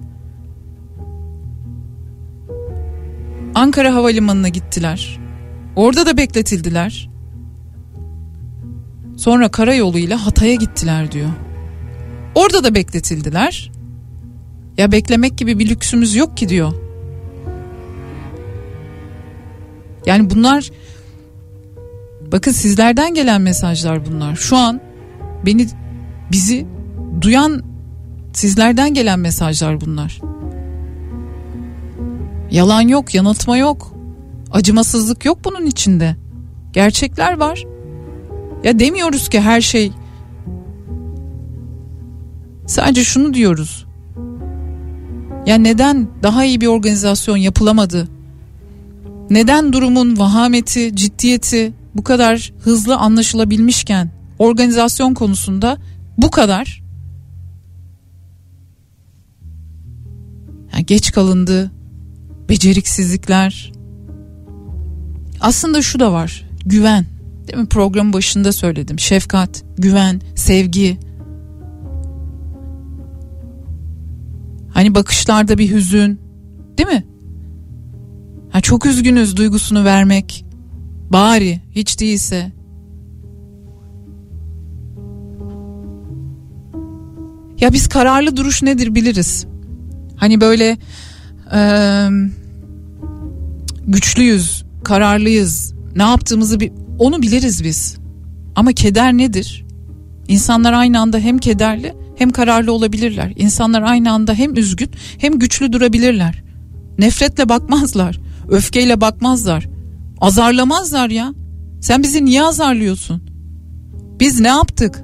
Ankara Havalimanı'na gittiler. Orada da bekletildiler. Sonra karayoluyla Hatay'a gittiler diyor. Orada da bekletildiler. Ya beklemek gibi bir lüksümüz yok ki diyor. Yani bunlar, bakın sizlerden gelen mesajlar bunlar. Şu an beni, bizi duyan sizlerden gelen mesajlar bunlar. Yalan yok, yanıltma yok. Acımasızlık yok bunun içinde. Gerçekler var. Ya demiyoruz ki her şey. Sadece şunu diyoruz. Ya neden daha iyi bir organizasyon yapılamadı? Neden durumun vahameti, ciddiyeti bu kadar hızlı anlaşılabilmişken organizasyon konusunda bu kadar Yani geç kalındı, beceriksizlikler. Aslında şu da var, güven. Değil mi? Programın başında söyledim. Şefkat, güven, sevgi. Hani bakışlarda bir hüzün, değil mi? Ha, çok üzgünüz duygusunu vermek. Bari hiç değilse. Ya biz kararlı duruş nedir biliriz. Hani böyle e, güçlüyüz, kararlıyız. Ne yaptığımızı bir, onu biliriz biz. Ama keder nedir? İnsanlar aynı anda hem kederli hem kararlı olabilirler. İnsanlar aynı anda hem üzgün hem güçlü durabilirler. Nefretle bakmazlar, öfkeyle bakmazlar. Azarlamazlar ya. Sen bizi niye azarlıyorsun? Biz ne yaptık?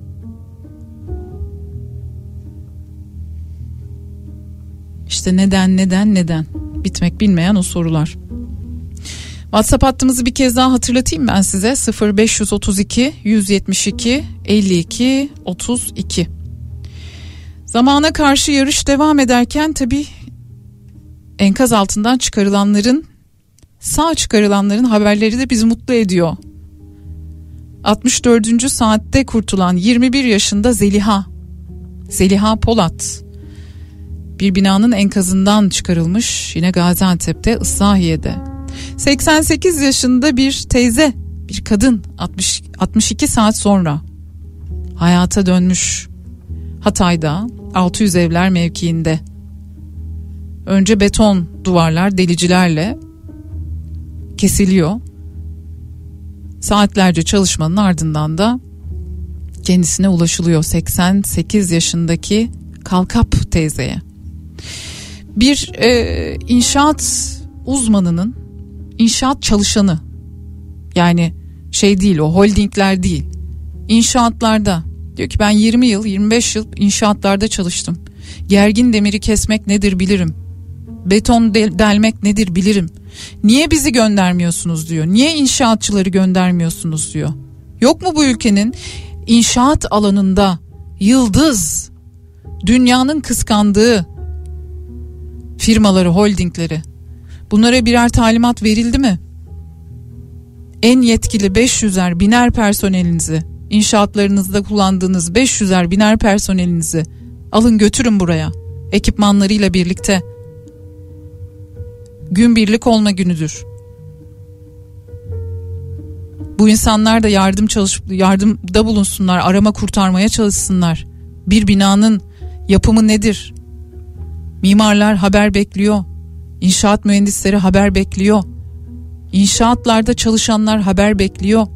İşte neden neden neden bitmek bilmeyen o sorular. WhatsApp hattımızı bir kez daha hatırlatayım ben size. sıfır beş otuz iki yüz yetmiş iki elli iki otuz iki. Zamana karşı yarış devam ederken tabii enkaz altından çıkarılanların, sağ çıkarılanların haberleri de bizi mutlu ediyor. altmış dördüncü saatte kurtulan yirmi bir yaşında Zeliha, Zeliha Polat bir binanın enkazından çıkarılmış, yine Gaziantep'te Islahiye'de. seksen sekiz yaşında bir teyze, bir kadın altmış, altmış iki saat sonra hayata dönmüş. Hatay'da altı yüz evler mevkiinde. Önce beton duvarlar delicilerle kesiliyor. Saatlerce çalışmanın ardından da kendisine ulaşılıyor. seksen sekiz yaşındaki Kalkap teyzeye. Bir e, inşaat uzmanının, inşaat çalışanı, yani şey değil, o holdingler değil, inşaatlarda diyor ki ben yirmi yıl yirmi beş yıl inşaatlarda çalıştım. Gergin demiri kesmek nedir bilirim. Beton del- delmek nedir bilirim. Niye bizi göndermiyorsunuz diyor. Niye inşaatçıları göndermiyorsunuz diyor. Yok mu bu ülkenin inşaat alanında yıldız, dünyanın kıskandığı firmaları, holdingleri? Bunlara birer talimat verildi mi? En yetkili beş yüzer biner personelinizi, inşaatlarınızda kullandığınız beş yüzer biner personelinizi alın götürün buraya. Ekipmanlarıyla birlikte. Gün birlik olma günüdür. Bu insanlar da yardım çalış yardımda bulunsunlar, arama kurtarmaya çalışsınlar. Bir binanın yapımı nedir? Mimarlar haber bekliyor. İnşaat mühendisleri haber bekliyor. İnşaatlarda çalışanlar haber bekliyor.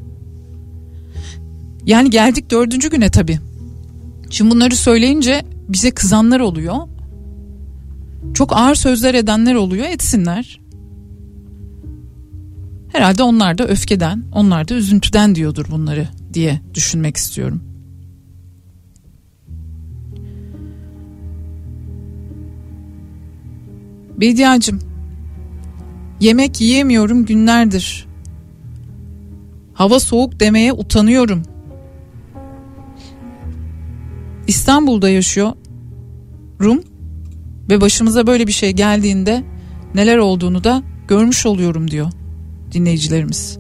Yani geldik dördüncü güne tabii. Şimdi bunları söyleyince bize kızanlar oluyor. Çok ağır sözler edenler oluyor, etsinler. Herhalde onlar da öfkeden, onlar da üzüntüden diyordur bunları diye düşünmek istiyorum. Bediacığım, yemek yiyemiyorum günlerdir. Hava soğuk demeye utanıyorum. İstanbul'da yaşıyorum ve başımıza böyle bir şey geldiğinde neler olduğunu da görmüş oluyorum diyor dinleyicilerimiz.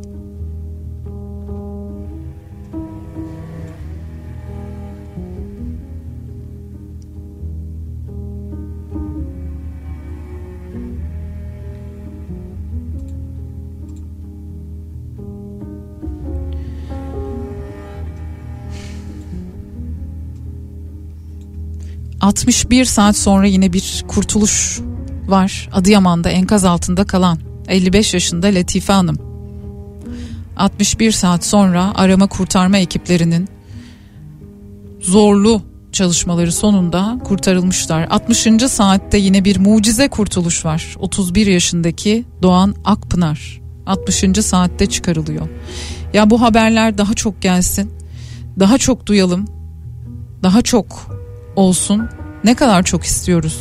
altmış bir saat sonra yine bir kurtuluş var. Adıyaman'da enkaz altında kalan elli beş yaşında Latife Hanım. altmış bir saat sonra arama kurtarma ekiplerinin zorlu çalışmaları sonunda kurtarılmışlar. altmışıncı saatte yine bir mucize kurtuluş var. otuz bir yaşındaki Doğan Akpınar altmışıncı saatte çıkarılıyor. Ya bu haberler daha çok gelsin. Daha çok duyalım. Daha çok olsun. Ne kadar çok istiyoruz.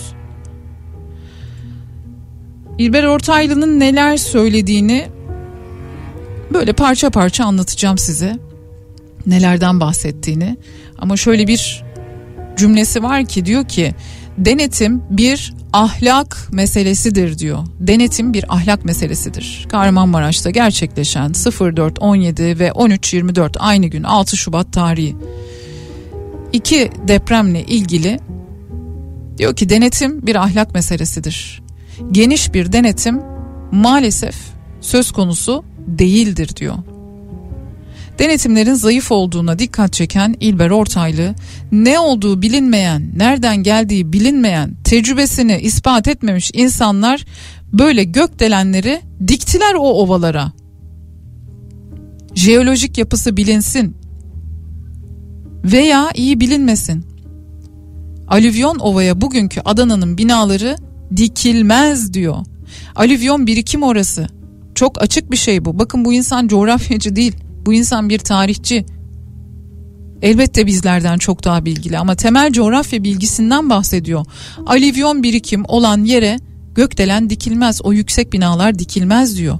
İlber Ortaylı'nın neler söylediğini böyle parça parça anlatacağım size. Nelerden bahsettiğini. Ama şöyle bir cümlesi var ki, diyor ki Denetim bir ahlak meselesidir diyor. Denetim bir ahlak meselesidir. Kahramanmaraş'ta gerçekleşen sıfır dört on yedi ve on üç yirmi dört aynı gün altı Şubat tarihi iki depremle ilgili diyor ki denetim bir ahlak meselesidir. Geniş bir denetim maalesef söz konusu değildir diyor. Denetimlerin zayıf olduğuna dikkat çeken İlber Ortaylı, ne olduğu bilinmeyen, nereden geldiği bilinmeyen, tecrübesini ispat etmemiş insanlar böyle gökdelenleri diktiler o ovalara. Jeolojik yapısı bilinsin veya iyi bilinmesin. Alüvyon ovaya bugünkü Adana'nın binaları dikilmez diyor. Alüvyon birikim orası. Çok açık bir şey bu. Bakın bu insan coğrafyacı değil. Bu insan bir tarihçi. Elbette bizlerden çok daha bilgili ama temel coğrafya bilgisinden bahsediyor. Alüvyon birikim olan yere gökdelen dikilmez. O yüksek binalar dikilmez diyor.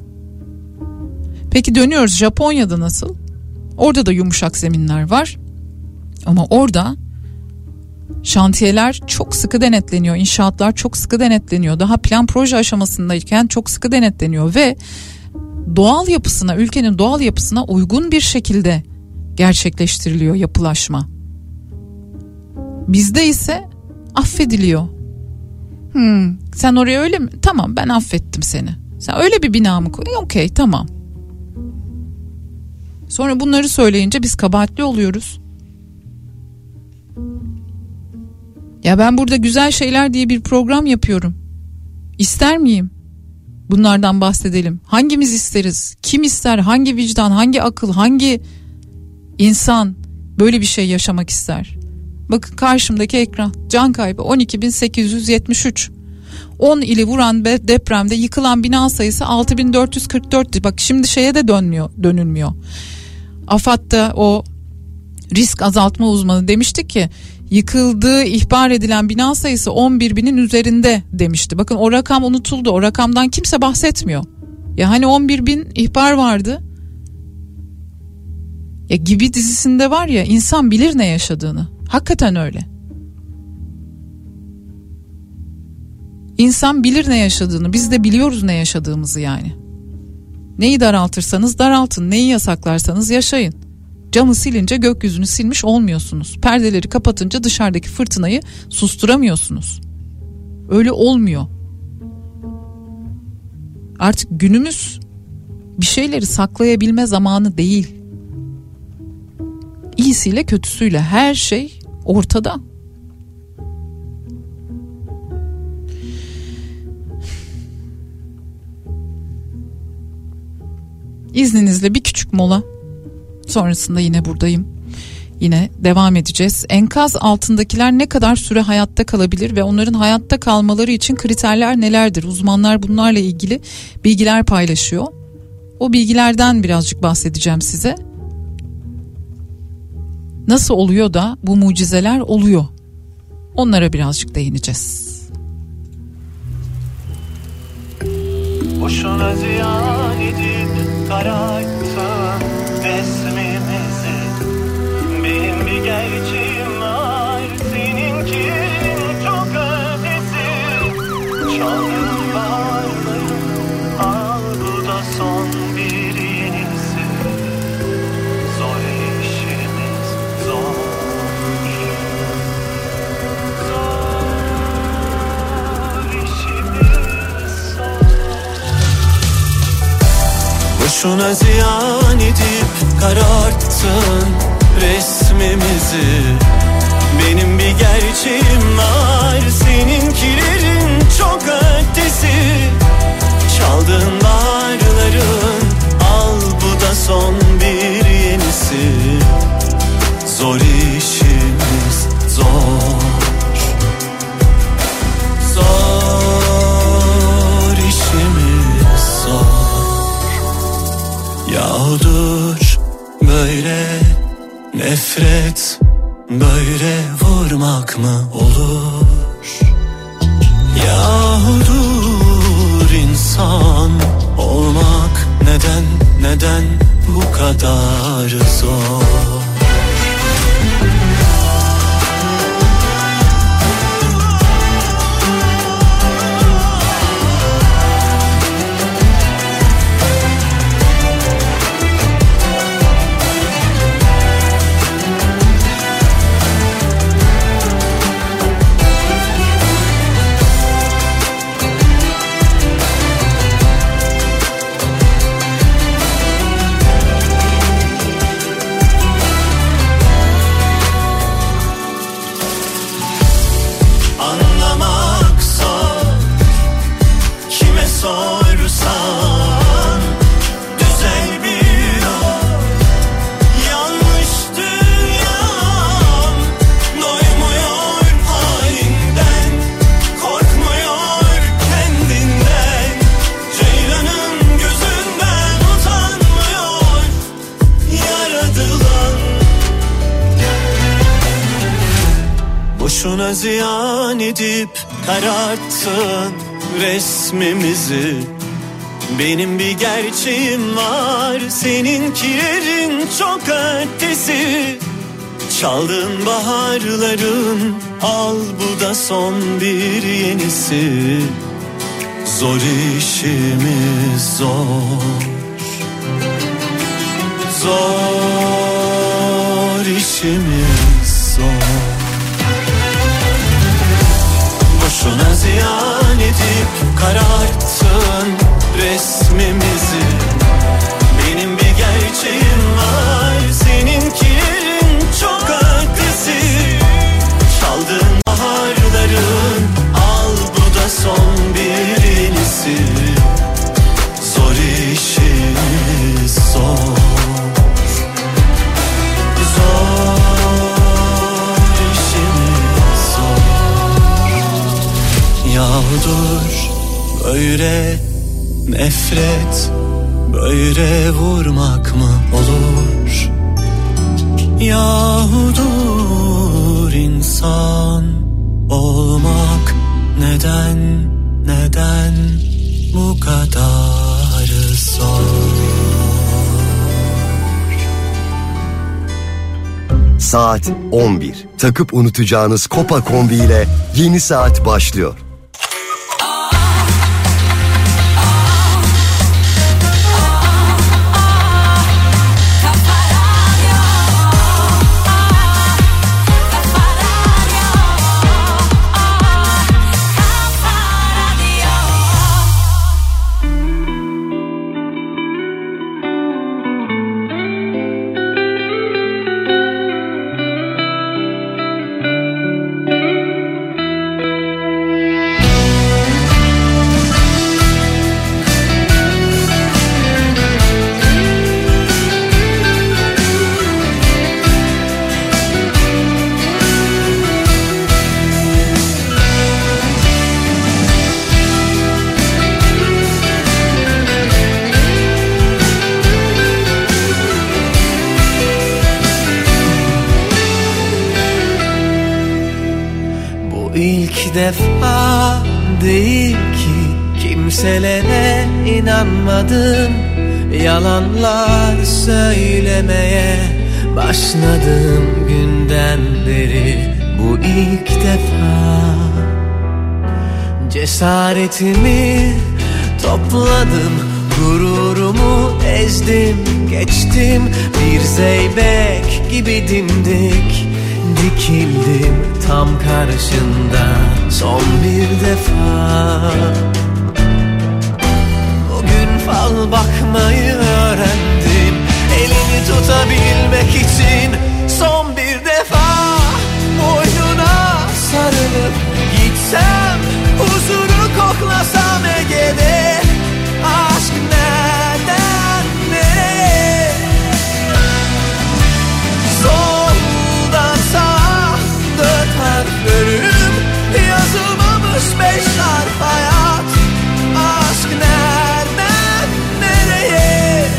Peki dönüyoruz, Japonya'da nasıl? Orada da yumuşak zeminler var. Ama orada şantiyeler çok sıkı denetleniyor. İnşaatlar çok sıkı denetleniyor. Daha plan proje aşamasındayken çok sıkı denetleniyor ve doğal yapısına, ülkenin doğal yapısına uygun bir şekilde gerçekleştiriliyor yapılaşma. Bizde ise affediliyor. Hmm, sen oraya öyle mi? Tamam, ben affettim seni. Sen öyle bir bina mı koy? Okey, tamam. Sonra bunları söyleyince biz kabahatli oluyoruz. Ya ben burada güzel şeyler diye bir program yapıyorum. İster miyim? Bunlardan bahsedelim. Hangimiz isteriz? Kim ister? Hangi vicdan, hangi akıl, hangi insan böyle bir şey yaşamak ister? Bakın karşımdaki ekran. Can kaybı on iki bin sekiz yüz yetmiş üç. on ili vuran depremde yıkılan bina sayısı altı bin dört yüz kırk dört. Bak şimdi şeye de dönmüyor, dönülmüyor. AFAD'da o risk azaltma uzmanı demişti ki yıkıldığı ihbar edilen bina sayısı on bir binin üzerinde demişti. Bakın o rakam unutuldu. O rakamdan kimse bahsetmiyor. Ya hani on bir bin ihbar vardı. Ya Gibi dizisinde var ya, insan bilir ne yaşadığını. Hakikaten öyle. İnsan bilir ne yaşadığını. Biz de biliyoruz ne yaşadığımızı yani. Neyi daraltırsanız daraltın. Neyi yasaklarsanız yaşayın. Camı silince gökyüzünü silmiş olmuyorsunuz. Perdeleri kapatınca dışarıdaki fırtınayı susturamıyorsunuz. Öyle olmuyor. Artık günümüz bir şeyleri saklayabilme zamanı değil. İyisiyle kötüsüyle her şey ortada. İzninizle bir küçük mola. Sonrasında yine buradayım. Yine devam edeceğiz. Enkaz altındakiler ne kadar süre hayatta kalabilir ve onların hayatta kalmaları için kriterler nelerdir? Uzmanlar bunlarla ilgili bilgiler paylaşıyor. O bilgilerden birazcık bahsedeceğim size. Nasıl oluyor da bu mucizeler oluyor? Onlara birazcık değineceğiz. Boşuna ziyan edip kararttın resmimizi. Benim bir gerçeğim var, seninkinin çok ötesi. Çaldığın bağırları, al bu da son bir yenisi. Zor işimiz, zor. Zor işimiz, zor. Boşuna ziyan edip kararttın resmimizi. Benim bir gerçeğim var, seninkilerin çok ötesi. Çaldığın bağırların, al bu da son bir yenisi. Zor işimiz, zor. Zor işimiz, zor. Yağdır böyle nefret, böyle vurmak mı olur? Yahudur insan olmak, neden, neden bu kadar zor? Boşuna ziyan edip kararttın resmimizi. Benim bir gerçeğim var, seninkilerin çok ötesi. Çaldığın baharların, al bu da son bir yenisi. Zor işimiz zor, zor işimiz zor. Boşuna ziyan edip kararttın resmimizi. Benim bir gerçeğim var, seninkilerin çok ötesi. Çaldığın baharların, al bu da son bir yenisi. Zor işimiz zor, zor işimiz zor. Yağdur böyle nefret, böyle vurmak mı olur? Yahudur insan olmak, neden, neden bu kadar zor? Saat on bir. Takıp unutacağınız Kopa kombi ile yeni saat başlıyor. defa değil ki kimselere inanmadım. Yalanlar söylemeye başladım günden beri. Bu ilk defa cesaretimi topladım, gururumu ezdim geçtim. Bir zeybek gibi dimdik dikildim tam karşında son bir defa. Bugün fal bakmayı öğrendim, elini tutabilmek için son bir defa. Boynuna sarılıp gitsem, huzuru koklasam Ege'de. Aşk nereden nereye? Soldan sağa dört harf bölüm, yazılmamış beş harf hayat. Aşk nereden nereye?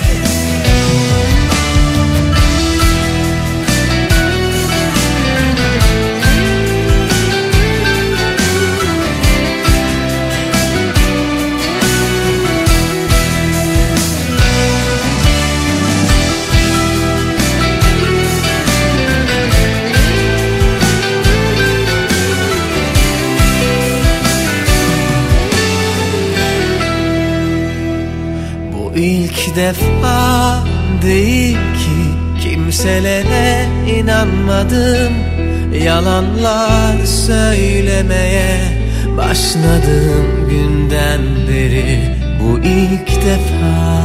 İlk defa değil ki kimselere inanmadım. Yalanlar söylemeye başladım günden beri. Bu ilk defa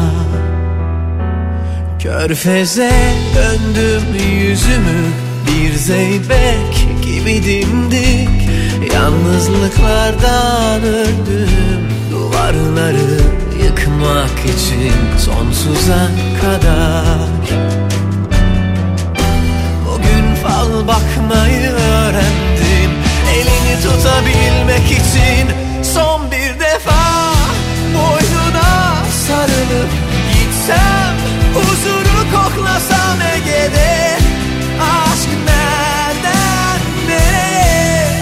Körfeze döndüm yüzümü, bir zeybek gibi dimdik. Yalnızlıklardan öldüm, duvarları yıkmak için sonsuza kadar. Bugün fal bakmayı öğrendim, elini tutabilmek için son bir defa. Boynuna sarılıp gitsem, huzuru koklasam Ege'de. Aşk nereden nereye?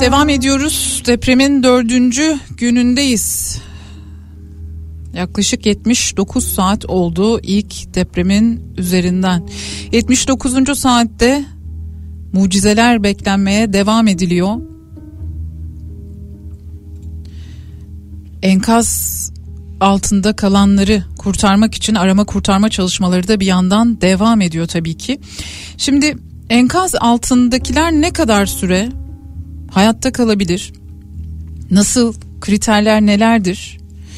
Devam ediyoruz. Depremin dördüncü günündeyiz. Yaklaşık yetmiş dokuz saat oldu ilk depremin üzerinden. yetmiş dokuzuncu saatte mucizeler beklenmeye devam ediliyor. Enkaz altında kalanları kurtarmak için arama kurtarma çalışmaları da bir yandan devam ediyor tabii ki. Şimdi enkaz altındakiler ne kadar süre hayatta kalabilir? Nasıl, kriterler nelerdir?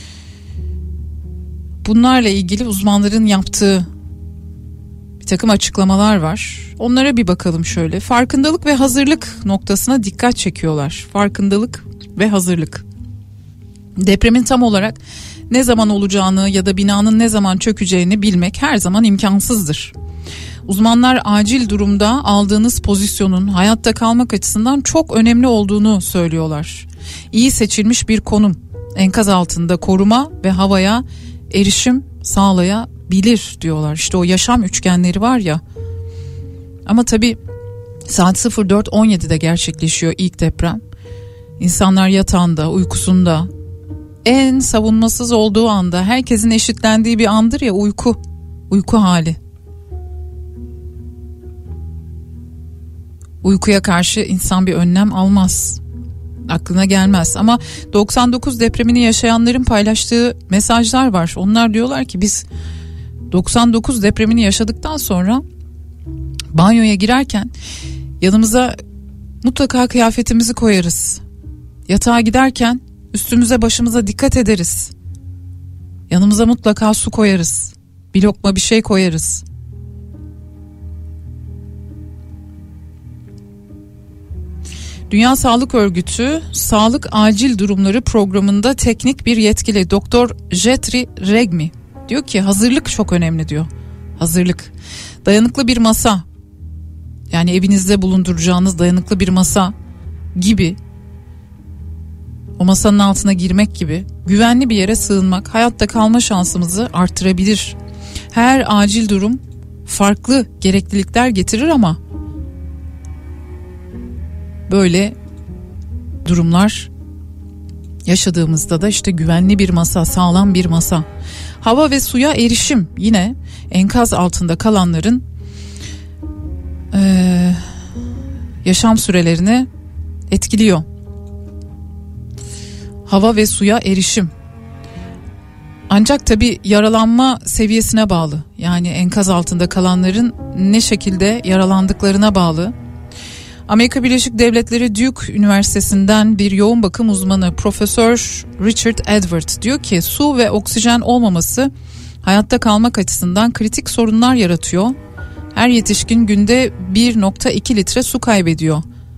Bunlarla ilgili uzmanların yaptığı bir takım açıklamalar var. Onlara bir bakalım şöyle. Farkındalık ve hazırlık noktasına dikkat çekiyorlar. Farkındalık ve hazırlık. Depremin tam olarak ne zaman olacağını ya da binanın ne zaman çökeceğini bilmek her zaman imkansızdır. Uzmanlar acil durumda aldığınız pozisyonun hayatta kalmak açısından çok önemli olduğunu söylüyorlar. İyi seçilmiş bir konum, enkaz altında koruma ve havaya erişim sağlayabilir diyorlar. İşte o yaşam üçgenleri var ya. Ama tabii saat dört on yedide gerçekleşiyor ilk deprem. İnsanlar yatağında, uykusunda, en savunmasız olduğu anda, herkesin eşitlendiği bir andır ya uyku, uyku hali. Uykuya karşı insan bir önlem almaz. Aklına gelmez ama doksan dokuz depremini yaşayanların paylaştığı mesajlar var. Onlar diyorlar ki biz doksan dokuz depremini yaşadıktan sonra banyoya girerken yanımıza mutlaka kıyafetimizi koyarız. Yatağa giderken üstümüze başımıza dikkat ederiz. Yanımıza mutlaka su koyarız. Bir lokma bir şey koyarız. Dünya Sağlık Örgütü Sağlık Acil Durumları Programı'nda teknik bir yetkili Doktor Jetri Regmi diyor ki hazırlık çok önemli diyor. Hazırlık. Dayanıklı bir masa, yani evinizde bulunduracağınız dayanıklı bir masa gibi, o masanın altına girmek gibi güvenli bir yere sığınmak hayatta kalma şansımızı artırabilir. Her acil durum farklı gereklilikler getirir ama böyle durumlar yaşadığımızda da işte güvenli bir masa, sağlam bir masa. Hava ve suya erişim yine enkaz altında kalanların e, yaşam sürelerini etkiliyor. Hava ve suya erişim. Ancak tabii yaralanma seviyesine bağlı. Yani enkaz altında kalanların ne şekilde yaralandıklarına bağlı. Amerika Birleşik Devletleri Duke Üniversitesi'nden bir yoğun bakım uzmanı Profesör Richard Edward diyor ki su ve oksijen olmaması hayatta kalmak açısından kritik sorunlar yaratıyor. Her yetişkin günde bir nokta iki litre su kaybediyor.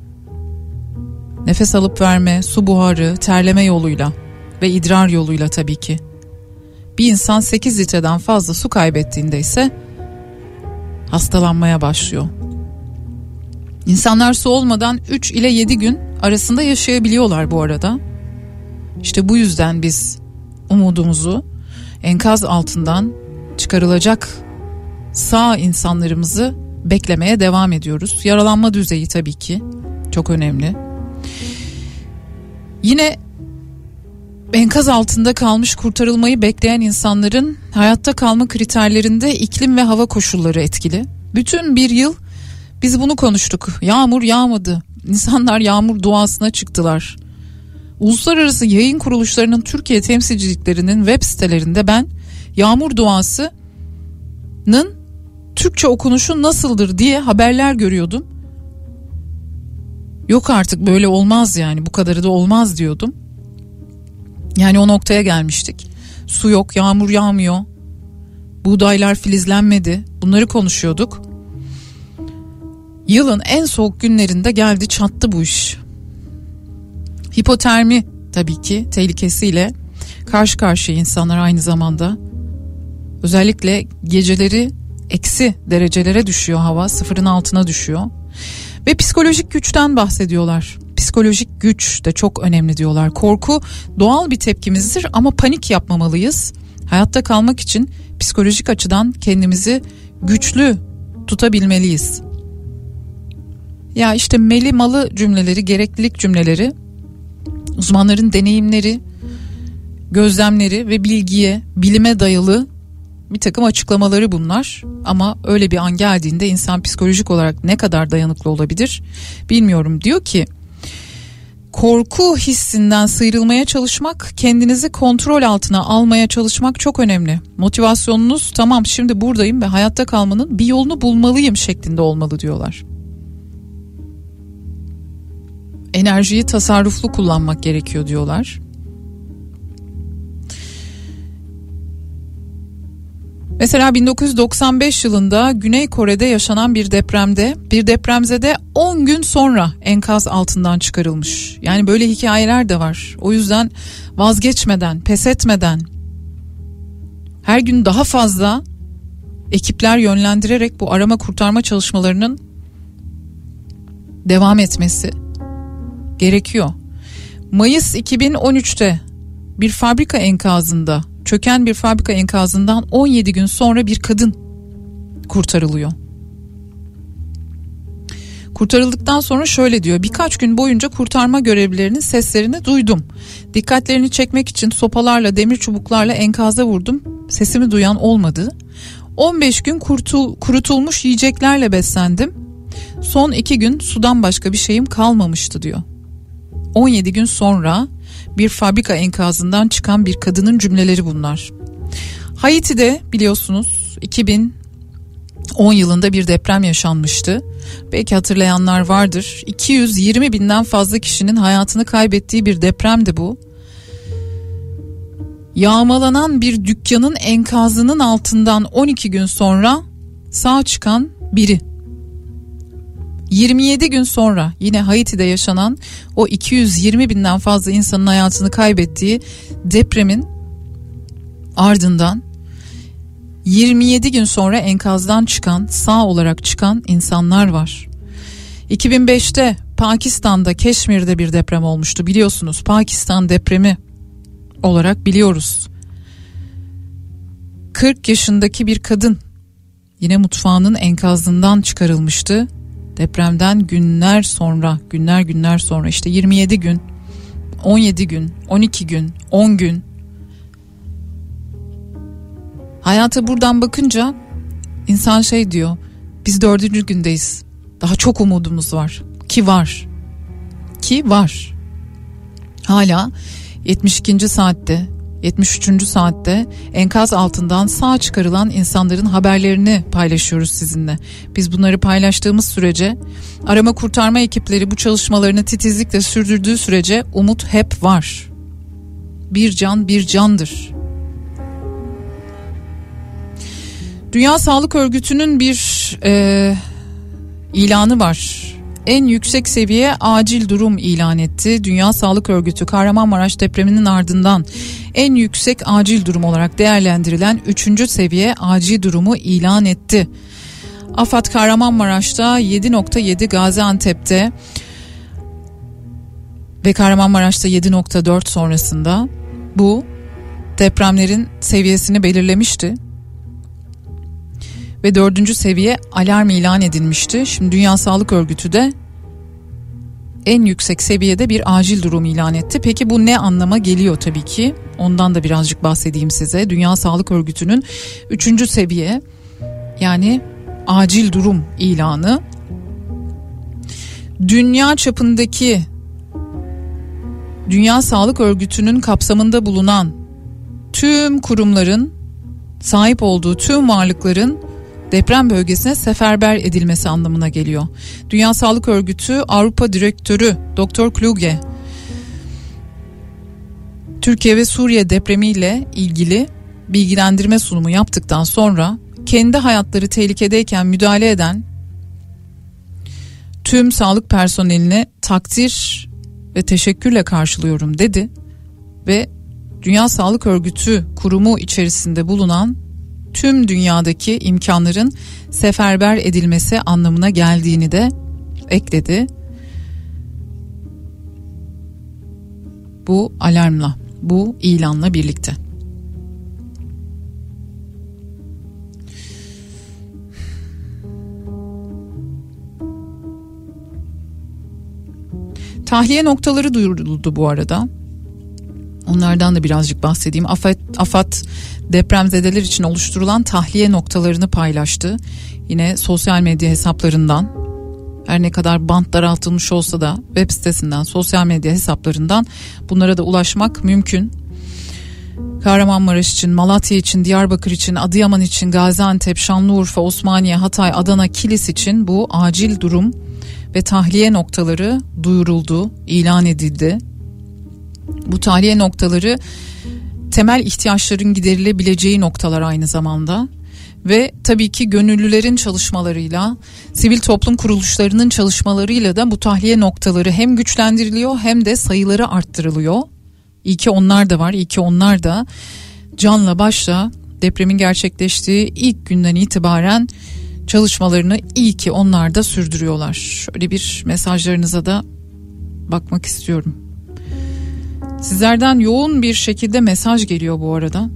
Nefes alıp verme, su buharı, terleme yoluyla ve idrar yoluyla tabii ki. Bir insan sekiz litreden fazla su kaybettiğinde ise hastalanmaya başlıyor. İnsanlar su olmadan üç ile yedi gün arasında yaşayabiliyorlar bu arada. İşte bu yüzden biz umudumuzu enkaz altından çıkarılacak sağ insanlarımızı beklemeye devam ediyoruz. Yaralanma düzeyi tabii ki çok önemli. Yine enkaz altında kalmış kurtarılmayı bekleyen insanların hayatta kalma kriterlerinde iklim ve hava koşulları etkili. Bütün bir yıl biz bunu konuştuk. Yağmur yağmadı. İnsanlar yağmur duasına çıktılar. Uluslararası yayın kuruluşlarının Türkiye temsilciliklerinin web sitelerinde ben yağmur duasının Türkçe okunuşu nasıldır diye haberler görüyordum. Yok artık böyle olmaz, yani bu kadarı da olmaz diyordum. Yani o noktaya gelmiştik. Su yok, yağmur yağmıyor. Buğdaylar filizlenmedi. Bunları konuşuyorduk. Yılın en soğuk günlerinde geldi çattı bu iş. Hipotermi tabii ki tehlikesiyle karşı karşıya insanlar aynı zamanda. Özellikle geceleri eksi derecelere düşüyor hava, sıfırın altına düşüyor. Ve psikolojik güçten bahsediyorlar. Psikolojik güç de çok önemli diyorlar. Korku doğal bir tepkimizdir ama panik yapmamalıyız. Hayatta kalmak için psikolojik açıdan kendimizi güçlü tutabilmeliyiz. Ya işte meli malı cümleleri, gereklilik cümleleri, uzmanların deneyimleri, gözlemleri ve bilgiye, bilime dayalı bir takım açıklamaları bunlar. Ama öyle bir an geldiğinde insan psikolojik olarak ne kadar dayanıklı olabilir bilmiyorum. Diyor ki, korku hissinden sıyrılmaya çalışmak, kendinizi kontrol altına almaya çalışmak çok önemli. Motivasyonunuz tamam şimdi buradayım ve hayatta kalmanın bir yolunu bulmalıyım şeklinde olmalı diyorlar. Enerjiyi tasarruflu kullanmak gerekiyor diyorlar. Mesela bin dokuz yüz doksan beş yılında Güney Kore'de yaşanan bir depremde bir depremzede on gün sonra enkaz altından çıkarılmış. Yani böyle hikayeler de var. O yüzden vazgeçmeden, pes etmeden, her gün daha fazla ekipler yönlendirerek bu arama kurtarma çalışmalarının devam etmesi gerekiyor. Mayıs iki bin on üçte bir fabrika enkazında, çöken bir fabrika enkazından on yedi gün sonra bir kadın kurtarılıyor. Kurtarıldıktan sonra şöyle diyor: birkaç gün boyunca kurtarma görevlilerinin seslerini duydum. Dikkatlerini çekmek için sopalarla, demir çubuklarla enkaza vurdum. Sesimi duyan olmadı. on beş gün kurtul, kurutulmuş yiyeceklerle beslendim. Son iki gün sudan başka bir şeyim kalmamıştı diyor. on yedi gün sonra bir fabrika enkazından çıkan bir kadının cümleleri bunlar. Haiti'de biliyorsunuz iki bin on yılında bir deprem yaşanmıştı. Belki hatırlayanlar vardır. iki yüz yirmi binden fazla kişinin hayatını kaybettiği bir depremdi bu. Yağmalanan bir dükkanın enkazının altından on iki gün sonra sağ çıkan biri. yirmi yedi gün sonra yine Haiti'de yaşanan o iki yüz yirmi binden fazla insanın hayatını kaybettiği depremin ardından yirmi yedi gün sonra enkazdan çıkan, sağ olarak çıkan insanlar var. iki bin beşte Pakistan'da Keşmir'de bir deprem olmuştu, biliyorsunuz. Pakistan depremi olarak biliyoruz. kırk yaşındaki bir kadın yine mutfağının enkazından çıkarılmıştı. Depremden günler sonra, günler günler sonra, işte yirmi yedi gün, on yedi gün, on iki gün, on gün. Hayata buradan bakınca insan şey diyor: biz dördüncü gündeyiz. Daha çok umudumuz var. Ki var. Ki var. Hala yetmiş ikinci saatte, yetmiş üçüncü saatte enkaz altından sağ çıkarılan insanların haberlerini paylaşıyoruz sizinle. Biz bunları paylaştığımız sürece, arama kurtarma ekipleri bu çalışmalarını titizlikle sürdürdüğü sürece umut hep var. Bir can bir candır. Dünya Sağlık Örgütü'nün bir e, ilanı var. En yüksek seviye acil durum ilan etti. Dünya Sağlık Örgütü Kahramanmaraş depreminin ardından en yüksek acil durum olarak değerlendirilen üçüncü seviye acil durumu ilan etti. AFAD Kahramanmaraş'ta yedi nokta yedi, Gaziantep'te ve Kahramanmaraş'ta yedi nokta dört sonrasında bu depremlerin seviyesini belirlemişti. Ve dördüncü seviye alarm ilan edilmişti. Şimdi Dünya Sağlık Örgütü de en yüksek seviyede bir acil durum ilan etti. Peki bu ne anlama geliyor tabii ki? Ondan da birazcık bahsedeyim size. Dünya Sağlık Örgütü'nün üçüncü seviye, yani acil durum ilanı, dünya çapındaki Dünya Sağlık Örgütü'nün kapsamında bulunan tüm kurumların sahip olduğu tüm varlıkların deprem bölgesine seferber edilmesi anlamına geliyor. Dünya Sağlık Örgütü Avrupa Direktörü Doktor Kluge, Türkiye ve Suriye depremiyle ilgili bilgilendirme sunumu yaptıktan sonra kendi hayatları tehlikedeyken müdahale eden tüm sağlık personeline takdir ve teşekkürle karşılıyorum dedi ve Dünya Sağlık Örgütü kurumu içerisinde bulunan tüm dünyadaki imkanların seferber edilmesi anlamına geldiğini de ekledi. Bu alarmla, bu ilanla birlikte. Tahliye noktaları duyuruldu bu arada. Onlardan da birazcık bahsedeyim. AFAD, AFAD depremzedeler için oluşturulan tahliye noktalarını paylaştı. Yine sosyal medya hesaplarından, her ne kadar bant daraltılmış olsa da web sitesinden, sosyal medya hesaplarından bunlara da ulaşmak mümkün. Kahramanmaraş için, Malatya için, Diyarbakır için, Adıyaman için, Gaziantep, Şanlıurfa, Osmaniye, Hatay, Adana, Kilis için bu acil durum ve tahliye noktaları duyuruldu, ilan edildi. Bu tahliye noktaları temel ihtiyaçların giderilebileceği noktalar aynı zamanda ve tabii ki gönüllülerin çalışmalarıyla, sivil toplum kuruluşlarının çalışmalarıyla da bu tahliye noktaları hem güçlendiriliyor hem de sayıları arttırılıyor. İyi ki onlar da var, iyi ki onlar da canla başla depremin gerçekleştiği ilk günden itibaren çalışmalarını iyi ki onlar da sürdürüyorlar. Şöyle bir mesajlarınıza da bakmak istiyorum. Sizlerden yoğun bir şekilde mesaj geliyor bu arada.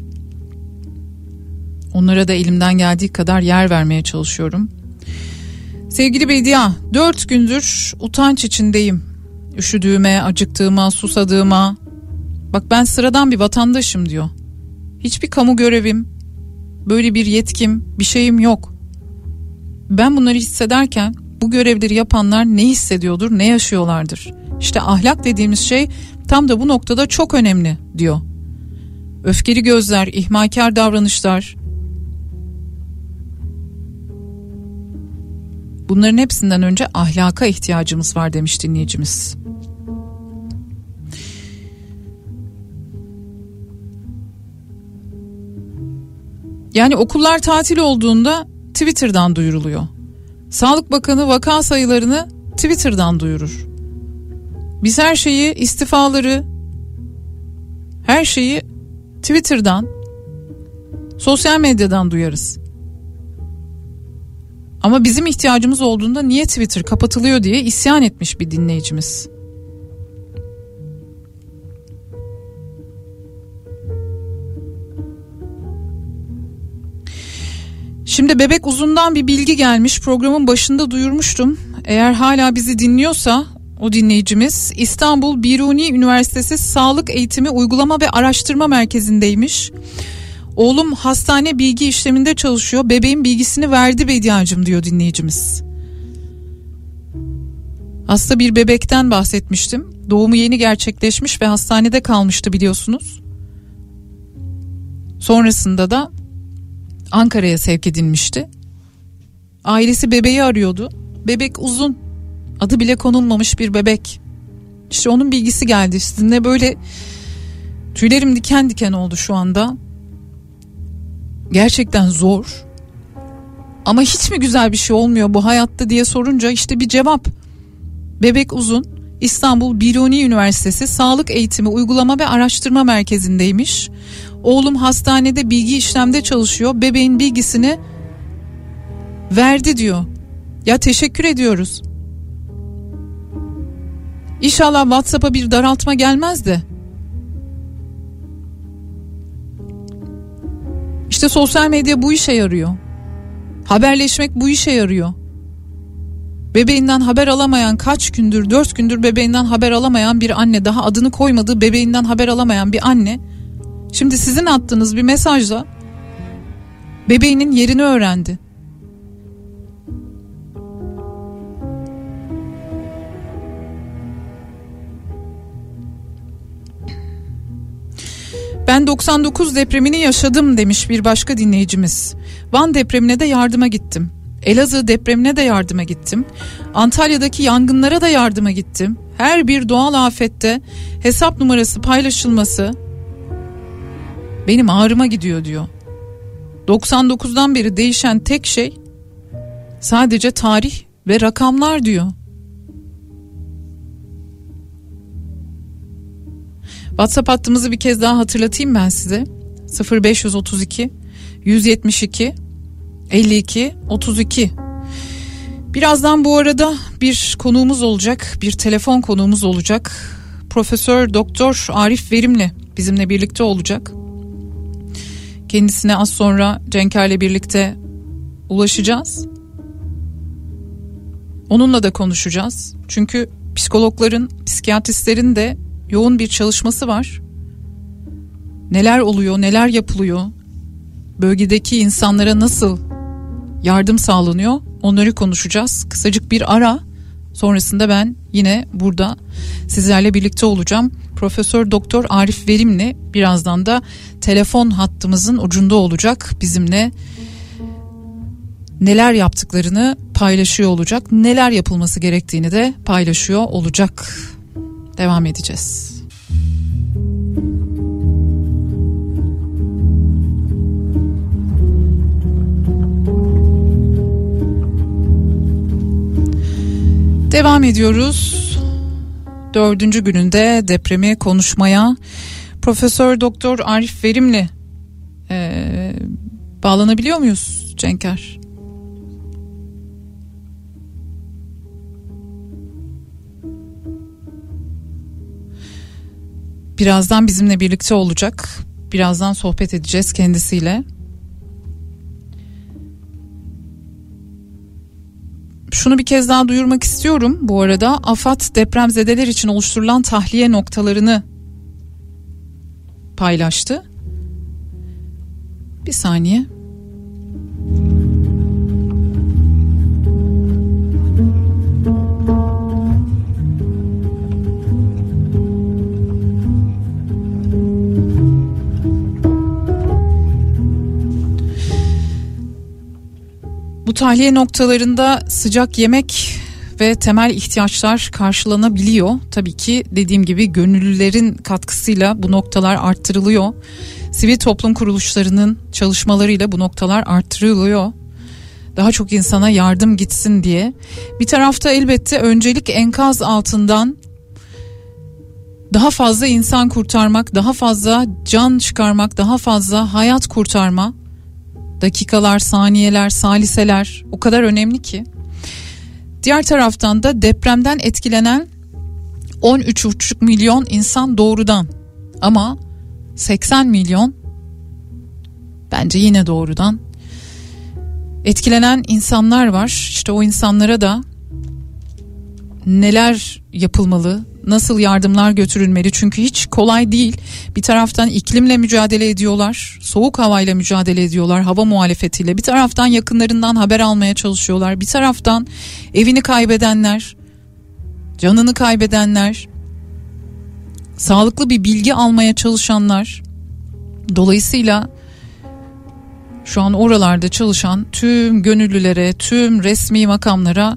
Onlara da elimden geldiği kadar yer vermeye çalışıyorum. Sevgili Bediye, dört gündür utanç içindeyim. Üşüdüğüme, acıktığıma, susadığıma. Bak ben sıradan bir vatandaşım diyor. Hiçbir kamu görevim, böyle bir yetkim, bir şeyim yok. Ben bunları hissederken bu görevleri yapanlar ne hissediyordur, ne yaşıyorlardır? İşte ahlak dediğimiz şey tam da bu noktada çok önemli diyor. Öfkeli gözler, ihmalkar davranışlar. Bunların hepsinden önce ahlaka ihtiyacımız var demiş dinleyicimiz. Yani okullar tatil olduğunda Twitter'dan duyuruluyor. Sağlık Bakanı vaka sayılarını Twitter'dan duyurur. Biz her şeyi, istifaları, her şeyi Twitter'dan, sosyal medyadan duyarız. Ama bizim ihtiyacımız olduğunda niye Twitter kapatılıyor diye isyan etmiş bir dinleyicimiz. Şimdi Bebek Uzun'dan bir bilgi gelmiş. Programın başında duyurmuştum. Eğer hala bizi dinliyorsa o dinleyicimiz, İstanbul Biruni Üniversitesi Sağlık Eğitimi Uygulama ve Araştırma Merkezi'ndeymiş. Oğlum hastane bilgi işleminde çalışıyor. Bebeğin bilgisini verdi Bediacığım diyor dinleyicimiz. Hasta bir bebekten bahsetmiştim. Doğumu yeni gerçekleşmiş ve hastanede kalmıştı biliyorsunuz. Sonrasında da Ankara'ya sevk edilmişti. Ailesi bebeği arıyordu. Bebek uzun. Adı bile konulmamış bir bebek. İşte onun bilgisi geldi. Sizinle böyle tüylerim diken diken oldu şu anda. Gerçekten zor. Ama hiç mi güzel bir şey olmuyor bu hayatta diye sorunca işte bir cevap. Bebek uzun. İstanbul Biruni Üniversitesi Sağlık Eğitimi Uygulama ve Araştırma Merkezi'ndeymiş. Oğlum hastanede bilgi işlemde çalışıyor. Bebeğin bilgisini verdi diyor. Ya teşekkür ediyoruz. İnşallah WhatsApp'a bir daraltma gelmez de. İşte sosyal medya bu işe yarıyor. Haberleşmek bu işe yarıyor. Bebeğinden haber alamayan, kaç gündür, dört gündür bebeğinden haber alamayan bir anne, daha adını koymadığı bebeğinden haber alamayan bir anne, şimdi sizin attığınız bir mesajla bebeğinin yerini öğrendi. Ben doksan dokuz depremini yaşadım demiş bir başka dinleyicimiz. Van depremine de yardıma gittim. Elazığ depremine de yardıma gittim. Antalya'daki yangınlara da yardıma gittim. Her bir doğal afette hesap numarası paylaşılması benim ağrıma gidiyor diyor. doksan dokuzdan beri değişen tek şey sadece tarih ve rakamlar diyor. WhatsApp hattımızı bir kez daha hatırlatayım ben size. sıfır beş otuz iki yüz yetmiş iki elli iki otuz iki. Birazdan bu arada bir konuğumuz olacak, bir telefon konuğumuz olacak. Profesör Doktor Arif Verimli bizimle birlikte olacak. Kendisine az sonra Cenker'le birlikte ulaşacağız. Onunla da konuşacağız. Çünkü Psikologların, psikiyatristlerin de yoğun bir çalışması var. Neler oluyor, neler yapılıyor? Bölgedeki insanlara nasıl yardım sağlanıyor? Onları konuşacağız. Kısacık bir ara. Sonrasında ben yine burada sizlerle birlikte olacağım. Profesör Doktor Arif Verimli birazdan da telefon hattımızın ucunda olacak. Bizimle neler yaptıklarını paylaşıyor olacak. Neler yapılması gerektiğini de paylaşıyor olacak. Devam edeceğiz. Devam ediyoruz. Dördüncü gününde depremi konuşmaya Profesör Doktor Arif Verimli ee, bağlanabiliyor muyuz Cenker? Birazdan bizimle birlikte olacak. Birazdan sohbet edeceğiz kendisiyle. Şunu bir kez daha duyurmak istiyorum. Bu arada AFAD depremzedeler için oluşturulan tahliye noktalarını paylaştı. Bir saniye. Bu tahliye noktalarında sıcak yemek ve temel ihtiyaçlar karşılanabiliyor. Tabii ki dediğim gibi gönüllülerin katkısıyla bu noktalar arttırılıyor. Sivil toplum kuruluşlarının çalışmalarıyla bu noktalar arttırılıyor. Daha çok insana yardım gitsin diye. Bir tarafta elbette öncelik enkaz altından daha fazla insan kurtarmak, daha fazla can çıkarmak, daha fazla hayat kurtarma. Dakikalar, saniyeler, saliseler o kadar önemli ki. Diğer taraftan da depremden etkilenen on üç buçuk milyon insan doğrudan, ama seksen milyon bence yine doğrudan etkilenen insanlar var. İşte o insanlara da neler yapılmalı, nasıl yardımlar götürülmeli? Çünkü hiç kolay değil. Bir taraftan iklimle mücadele ediyorlar, soğuk havayla mücadele ediyorlar, hava muhalefetiyle. Bir taraftan yakınlarından haber almaya çalışıyorlar. Bir taraftan evini kaybedenler, canını kaybedenler, sağlıklı bir bilgi almaya çalışanlar. Dolayısıyla şu an oralarda çalışan tüm gönüllülere, tüm resmi makamlara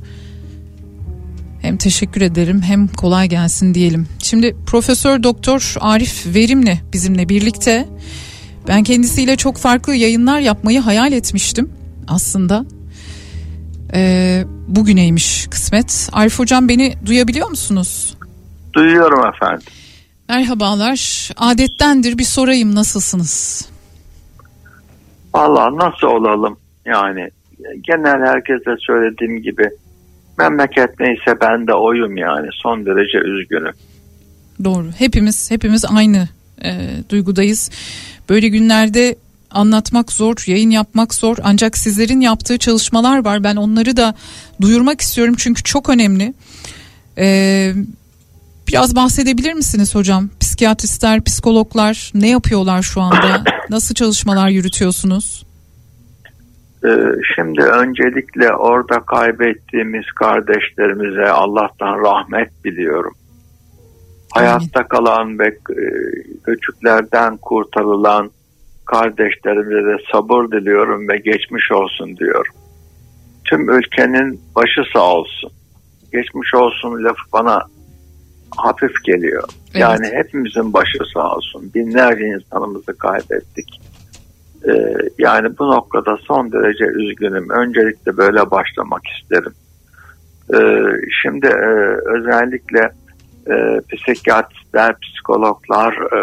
hem teşekkür ederim hem kolay gelsin diyelim. Şimdi Profesör Doktor Arif Verimli bizimle birlikte. Ben kendisiyle çok farklı yayınlar yapmayı hayal etmiştim aslında. Ee, bugüneymiş kısmet. Arif Hocam, beni duyabiliyor musunuz? Duyuyorum efendim. Merhabalar. Adettendir bir sorayım, nasılsınız? Vallahi nasıl olalım? Yani genel herkese söylediğim gibi memleket neyse ben de oyum yani. Son derece üzgünüm. Doğru. Hepimiz hepimiz aynı e, duygudayız. Böyle günlerde anlatmak zor, yayın yapmak zor. Ancak sizlerin yaptığı çalışmalar var. Ben onları da duyurmak istiyorum çünkü çok önemli. E, biraz bahsedebilir misiniz hocam? Psikiyatristler, psikologlar ne yapıyorlar şu anda? Nasıl çalışmalar yürütüyorsunuz? Şimdi öncelikle orada kaybettiğimiz kardeşlerimize Allah'tan rahmet diliyorum. Hayatta kalan ve göçüklerden kurtarılan kardeşlerimize de sabır diliyorum ve geçmiş olsun diyorum. Tüm ülkenin başı sağ olsun. Geçmiş olsun lafı bana hafif geliyor. Evet. Yani hepimizin başı sağ olsun. Binlerce insanımızı kaybettik. Ee, yani bu noktada son derece üzgünüm. Öncelikle böyle başlamak isterim. Ee, şimdi e, özellikle e, psikiyatristler, psikologlar, e,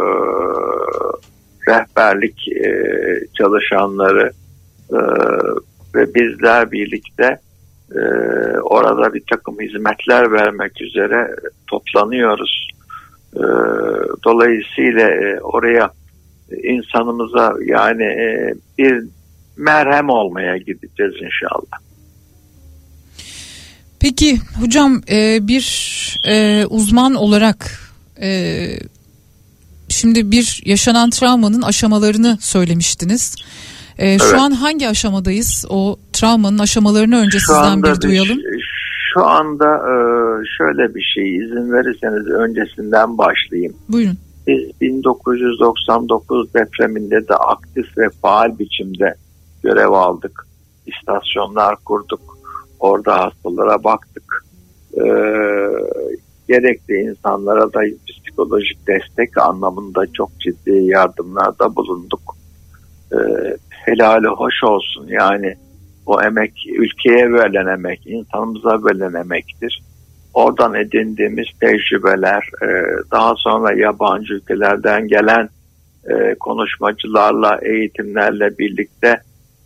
rehberlik e, çalışanları e, ve bizler birlikte e, orada bir takım hizmetler vermek üzere toplanıyoruz. E, dolayısıyla e, oraya insanımıza yani e, bir merhem olmaya gideceğiz inşallah. Peki hocam e, bir e, uzman olarak e, şimdi bir yaşanan travmanın aşamalarını söylemiştiniz. E, evet. Şu an hangi aşamadayız? O travmanın aşamalarını önce şu sizden bir duyalım. Bir, şu anda e, şöyle bir şey, izin verirseniz öncesinden başlayayım. Buyurun. Biz bin dokuz yüz doksan dokuz depreminde de aktif ve faal biçimde görev aldık. İstasyonlar kurduk. Orada hastalara baktık. Ee, gerekli insanlara da psikolojik destek anlamında çok ciddi yardımlarda bulunduk. Ee, helali hoş olsun. Yani o emek ülkeye verilen emek, insanımıza verilen emektir. Oradan edindiğimiz tecrübeler, daha sonra yabancı ülkelerden gelen konuşmacılarla, eğitimlerle birlikte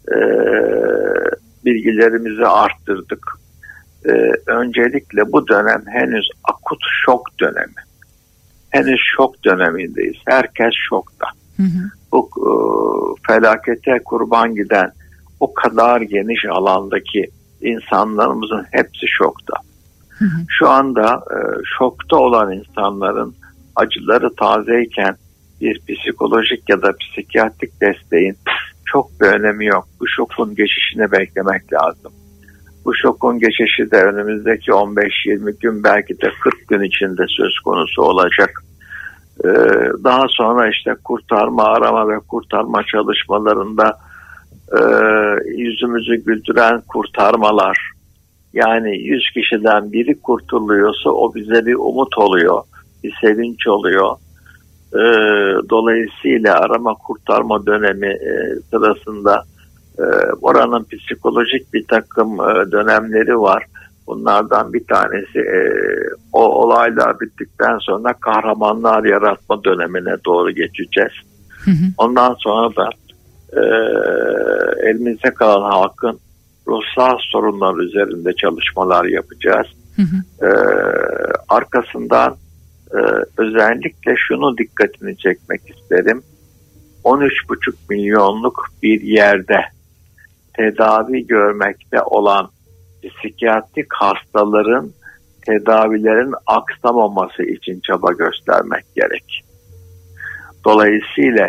bilgilerimizi arttırdık. Öncelikle bu dönem henüz akut şok dönemi. Henüz şok dönemindeyiz. Herkes şokta. Hı hı. Bu felakete kurban giden o kadar geniş alandaki insanlarımızın hepsi şokta. Şu anda e, şokta olan insanların acıları tazeyken bir psikolojik ya da psikiyatrik desteğin çok bir önemi yok. Bu şokun geçişini beklemek lazım. Bu şokun geçişi de önümüzdeki on beş yirmi gün, belki de kırk gün içinde söz konusu olacak. Ee, daha sonra işte kurtarma, arama ve kurtarma çalışmalarında e, yüzümüzü güldüren kurtarmalar. Yani yüz kişiden biri kurtuluyorsa o bize bir umut oluyor, bir sevinç oluyor. Ee, dolayısıyla arama kurtarma dönemi e, sırasında e, oranın psikolojik bir takım e, dönemleri var. Bunlardan bir tanesi e, o olaylar bittikten sonra kahramanlar yaratma dönemine doğru geçeceğiz. Hı hı. Ondan sonra da e, elimizde kalan halkın ruhsal sorunlar üzerinde çalışmalar yapacağız. Hı hı. Ee, arkasından e, özellikle şunu dikkatini çekmek isterim. on üç buçuk milyonluk bir yerde tedavi görmekte olan psikiyatrik hastaların tedavilerin aksamaması için çaba göstermek gerek. Dolayısıyla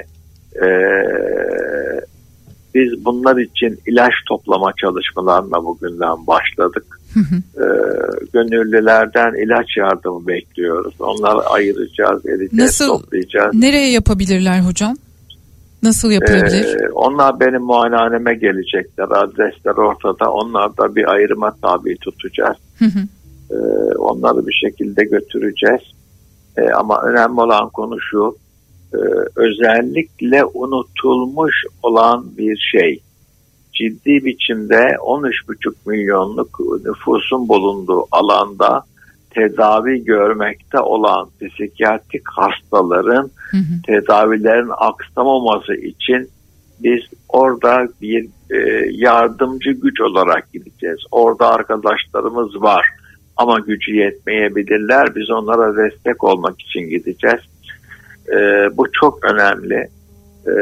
eee biz bunlar için ilaç toplama çalışmalarına bugünden başladık. Hı hı. Ee, gönüllülerden ilaç yardımı bekliyoruz. Onları ayıracağız, edeceğiz, Nasıl, toplayacağız. Nereye yapabilirler hocam? Nasıl yapılabilir? Ee, onlar benim muayenehaneme gelecekler. Adresler ortada. Onlar da bir ayrıma tabi tutacağız. Hı hı. Ee, onları bir şekilde götüreceğiz. Ee, ama önemli olan konu şu. Ee, özellikle unutulmuş olan bir şey. Ciddi biçimde on üç buçuk milyonluk nüfusun bulunduğu alanda tedavi görmekte olan psikiyatrik hastaların hı hı. tedavilerin aksamaması için biz orada bir e, yardımcı güç olarak gideceğiz. Orada arkadaşlarımız var ama gücü yetmeyebilirler. Biz onlara destek olmak için gideceğiz. E, bu çok önemli. E,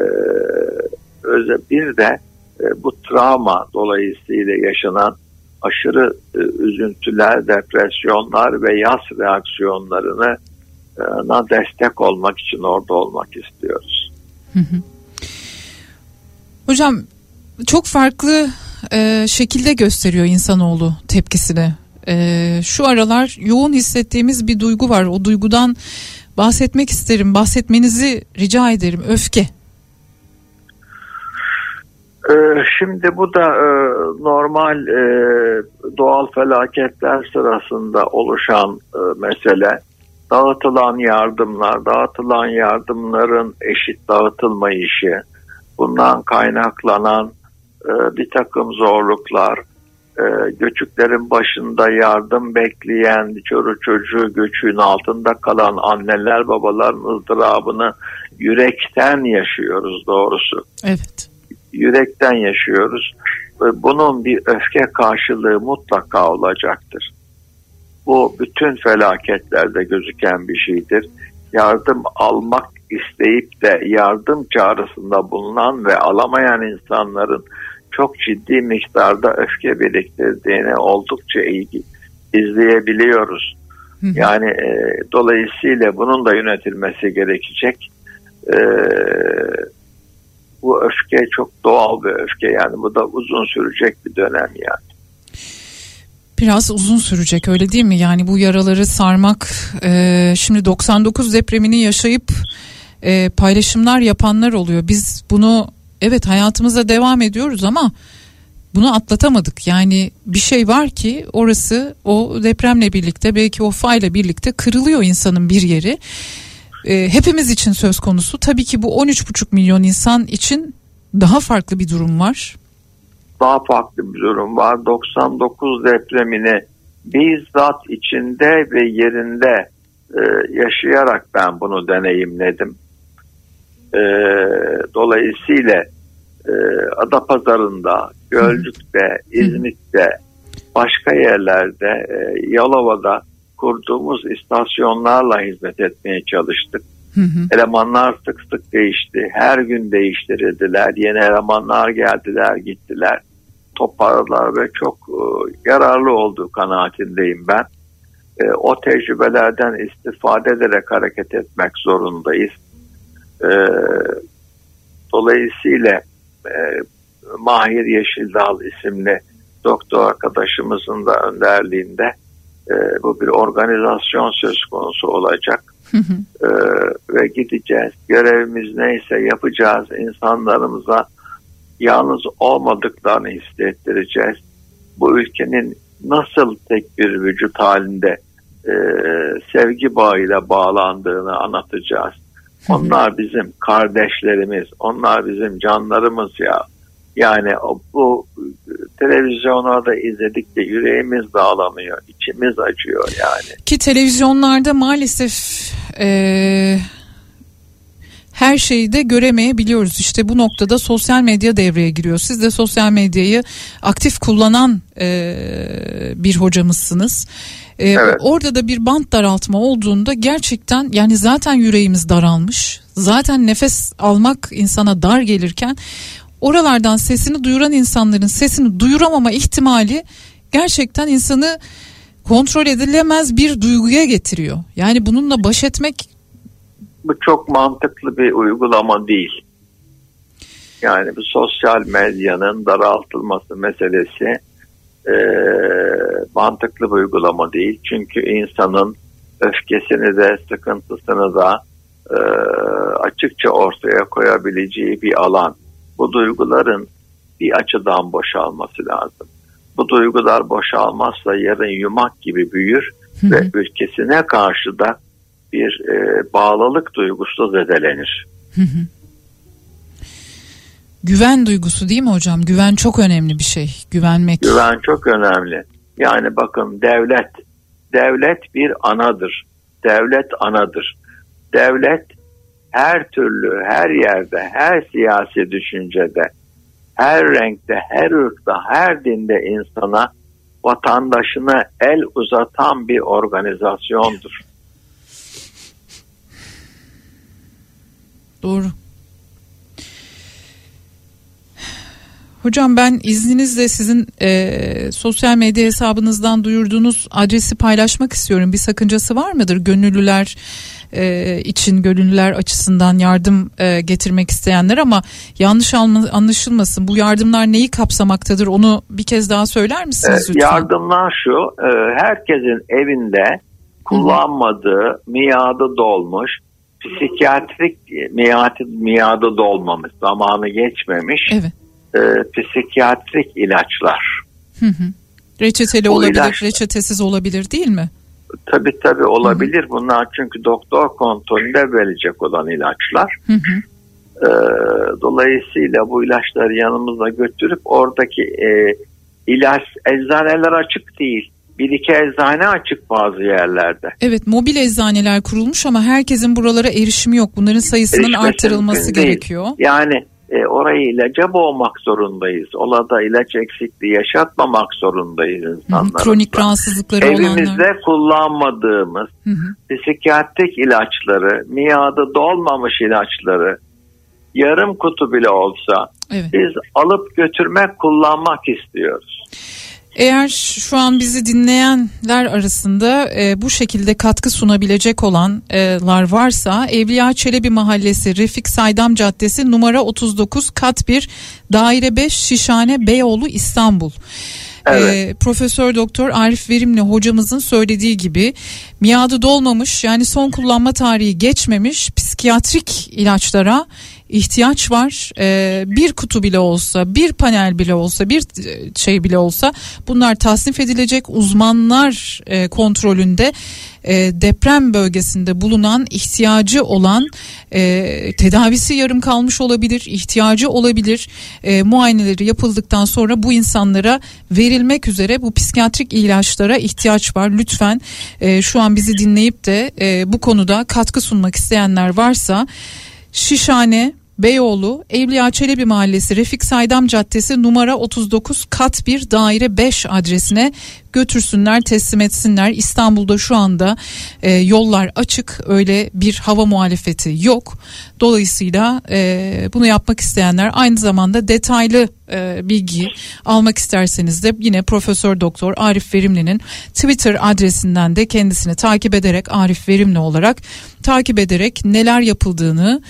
bir de e, bu travma dolayısıyla yaşanan aşırı e, üzüntüler, depresyonlar ve yas reaksiyonlarına e, destek olmak için orada olmak istiyoruz. Hı hı. Hocam çok farklı e, şekilde gösteriyor insanoğlu tepkisini. E, şu aralar yoğun hissettiğimiz bir duygu var. O duygudan bahsetmek isterim. Bahsetmenizi rica ederim. Öfke. Şimdi bu da normal doğal felaketler sırasında oluşan mesele. Dağıtılan yardımlar, dağıtılan yardımların eşit dağıtılmayışı, bundan kaynaklanan bir takım zorluklar, göçüklerin başında yardım bekleyen, çocuğu çocuğu göçüğün altında kalan anneler babaların ızdırabını yürekten yaşıyoruz doğrusu. Evet. Yürekten yaşıyoruz. Bunun bir öfke karşılığı mutlaka olacaktır. Bu bütün felaketlerde gözüken bir şeydir. Yardım almak isteyip de yardım çağrısında bulunan ve alamayan insanların çok ciddi miktarda öfke biriktirdiğini oldukça iyi izleyebiliyoruz. Hı hı. Yani e, dolayısıyla bunun da yönetilmesi gerekecek. E, bu öfke çok doğal bir öfke, yani bu da uzun sürecek bir dönem yani. Biraz uzun sürecek, öyle değil mi? Yani bu yaraları sarmak, e, şimdi doksan dokuz depremini yaşayıp e, paylaşımlar yapanlar oluyor. Biz bunu, evet, hayatımıza devam ediyoruz ama bunu atlatamadık. Yani bir şey var ki orası o depremle birlikte, belki o fayla birlikte kırılıyor insanın bir yeri. E, hepimiz için söz konusu. Tabii ki bu on üç buçuk milyon insan için daha farklı bir durum var. Daha farklı bir durum var. doksan dokuz depremini bizzat içinde ve yerinde e, yaşayarak ben bunu deneyimledim. E, dolayısıyla e, Adapazarı'nda, Gölcük'te, İzmit'te, başka yerlerde, e, Yalova'da kurduğumuz istasyonlarla hizmet etmeye çalıştık. Hı hı. Elemanlar sık sık değişti. Her gün değiştirildiler. Yeni elemanlar geldiler, gittiler. Toparladılar ve çok e, yararlı olduğu kanaatindeyim ben. E, o tecrübelerden istifade ederek hareket etmek zorundayız. E, dolayısıyla e, Mahir Yeşildal isimli doktor arkadaşımızın da önderliğinde e, bu bir organizasyon söz konusu olacak. Hı hı. E, ve gideceğiz. Görevimiz neyse yapacağız. İnsanlarımıza yalnız olmadıklarını hissettireceğiz. Bu ülkenin nasıl tek bir vücut halinde e, sevgi bağıyla bağlandığını anlatacağız. Hı hı. Onlar bizim kardeşlerimiz, onlar bizim canlarımız ya. Yani bu televizyonlarda izledikçe yüreğimiz dağılamıyor, içimiz acıyor yani. Ki televizyonlarda maalesef e, her şeyi de göremeyebiliyoruz. İşte bu noktada sosyal medya devreye giriyor. Siz de sosyal medyayı aktif kullanan e, bir hocamızsınız. E, evet. Orada da bir bant daraltma olduğunda gerçekten, yani zaten yüreğimiz daralmış. Zaten nefes almak insana dar gelirken oralardan sesini duyuran insanların sesini duyuramama ihtimali gerçekten insanı kontrol edilemez bir duyguya getiriyor. Yani bununla baş etmek... Bu çok mantıklı bir uygulama değil. Yani bu sosyal medyanın daraltılması meselesi e, mantıklı bir uygulama değil. Çünkü insanın öfkesini de sıkıntısını da e, açıkça ortaya koyabileceği bir alan. Bu duyguların bir açıdan boşalması lazım. Bu duygular boşalmazsa yarın yumak gibi büyür, hı hı, ve ülkesine karşı da bir e, bağlılık duygusu zedelenir. Hı hı. Güven duygusu değil mi hocam? Güven çok önemli bir şey. Güvenmek. Güven çok önemli. Yani bakın, devlet, devlet bir anadır. Devlet anadır. Devlet her türlü, her yerde, her siyasi düşüncede, her renkte, her ırkta, her dinde insana, vatandaşına el uzatan bir organizasyondur. Doğru. Hocam, ben izninizle sizin e, sosyal medya hesabınızdan duyurduğunuz adresi paylaşmak istiyorum. Bir sakıncası var mıdır? Gönüllüler e, için, gönüllüler açısından yardım e, getirmek isteyenler, ama yanlış anlaşılmasın. Bu yardımlar neyi kapsamaktadır? Onu bir kez daha söyler misiniz lütfen? Yardımlar şu: e, herkesin evinde kullanmadığı, hı, miadı dolmuş, psikiyatrik miadı, miadı dolmamış, zamanı geçmemiş, evet, e, psikiyatrik ilaçlar. Hı hı. Reçeteli Bu olabilir, ilaç, reçetesiz olabilir değil mi? Tabii tabii olabilir. Hı hı. Bunlar çünkü doktor kontrolünde verilecek olan ilaçlar. Hı hı. E, dolayısıyla bu ilaçları yanımıza götürüp oradaki e, ilaç, eczaneler açık değil. Bir iki eczane açık bazı yerlerde. Evet, mobil eczaneler kurulmuş ama herkesin buralara erişimi yok. Bunların sayısının Erişmesi artırılması gerekiyor. Yani e, orayı ilaca boğmak zorundayız. Orada ilaç eksikliği yaşatmamak zorundayız insanlara. Kronik rahatsızlıkları Evimizde olanlar. Evimizde kullanmadığımız, hı hı, psikiyatrik ilaçları, miadı dolmamış ilaçları, yarım kutu bile olsa Evet. Biz alıp götürmek, kullanmak istiyoruz. Eğer şu an bizi dinleyenler arasında e, bu şekilde katkı sunabilecek olanlar varsa Evliya Çelebi Mahallesi, Refik Saydam Caddesi, numara otuz dokuz, kat bir, daire beş, Şişhane, Beyoğlu, İstanbul. Evet. E, Profesör Doktor Arif Verimli hocamızın söylediği gibi miadı dolmamış, yani son kullanma tarihi geçmemiş psikiyatrik ilaçlara ihtiyaç var. Ee, bir kutu bile olsa, bir panel bile olsa, bir şey bile olsa bunlar tasnif edilecek. Uzmanlar e, kontrolünde e, deprem bölgesinde bulunan, ihtiyacı olan, e, tedavisi yarım kalmış olabilir, ihtiyacı olabilir. E, muayeneleri yapıldıktan sonra bu insanlara verilmek üzere bu psikiyatrik ilaçlara ihtiyaç var. Lütfen e, şu an bizi dinleyip de e, bu konuda katkı sunmak isteyenler varsa Şişhane, Beyoğlu, Evliya Çelebi Mahallesi, Refik Saydam Caddesi, numara otuz dokuz, kat bir, daire beş adresine götürsünler, teslim etsinler. İstanbul'da şu anda e, yollar açık, öyle bir hava muhalefeti yok. Dolayısıyla e, bunu yapmak isteyenler, aynı zamanda detaylı e, bilgi almak isterseniz de yine Profesör Doktor Arif Verimli'nin Twitter adresinden de kendisini takip ederek, Arif Verimli olarak takip ederek neler yapıldığını,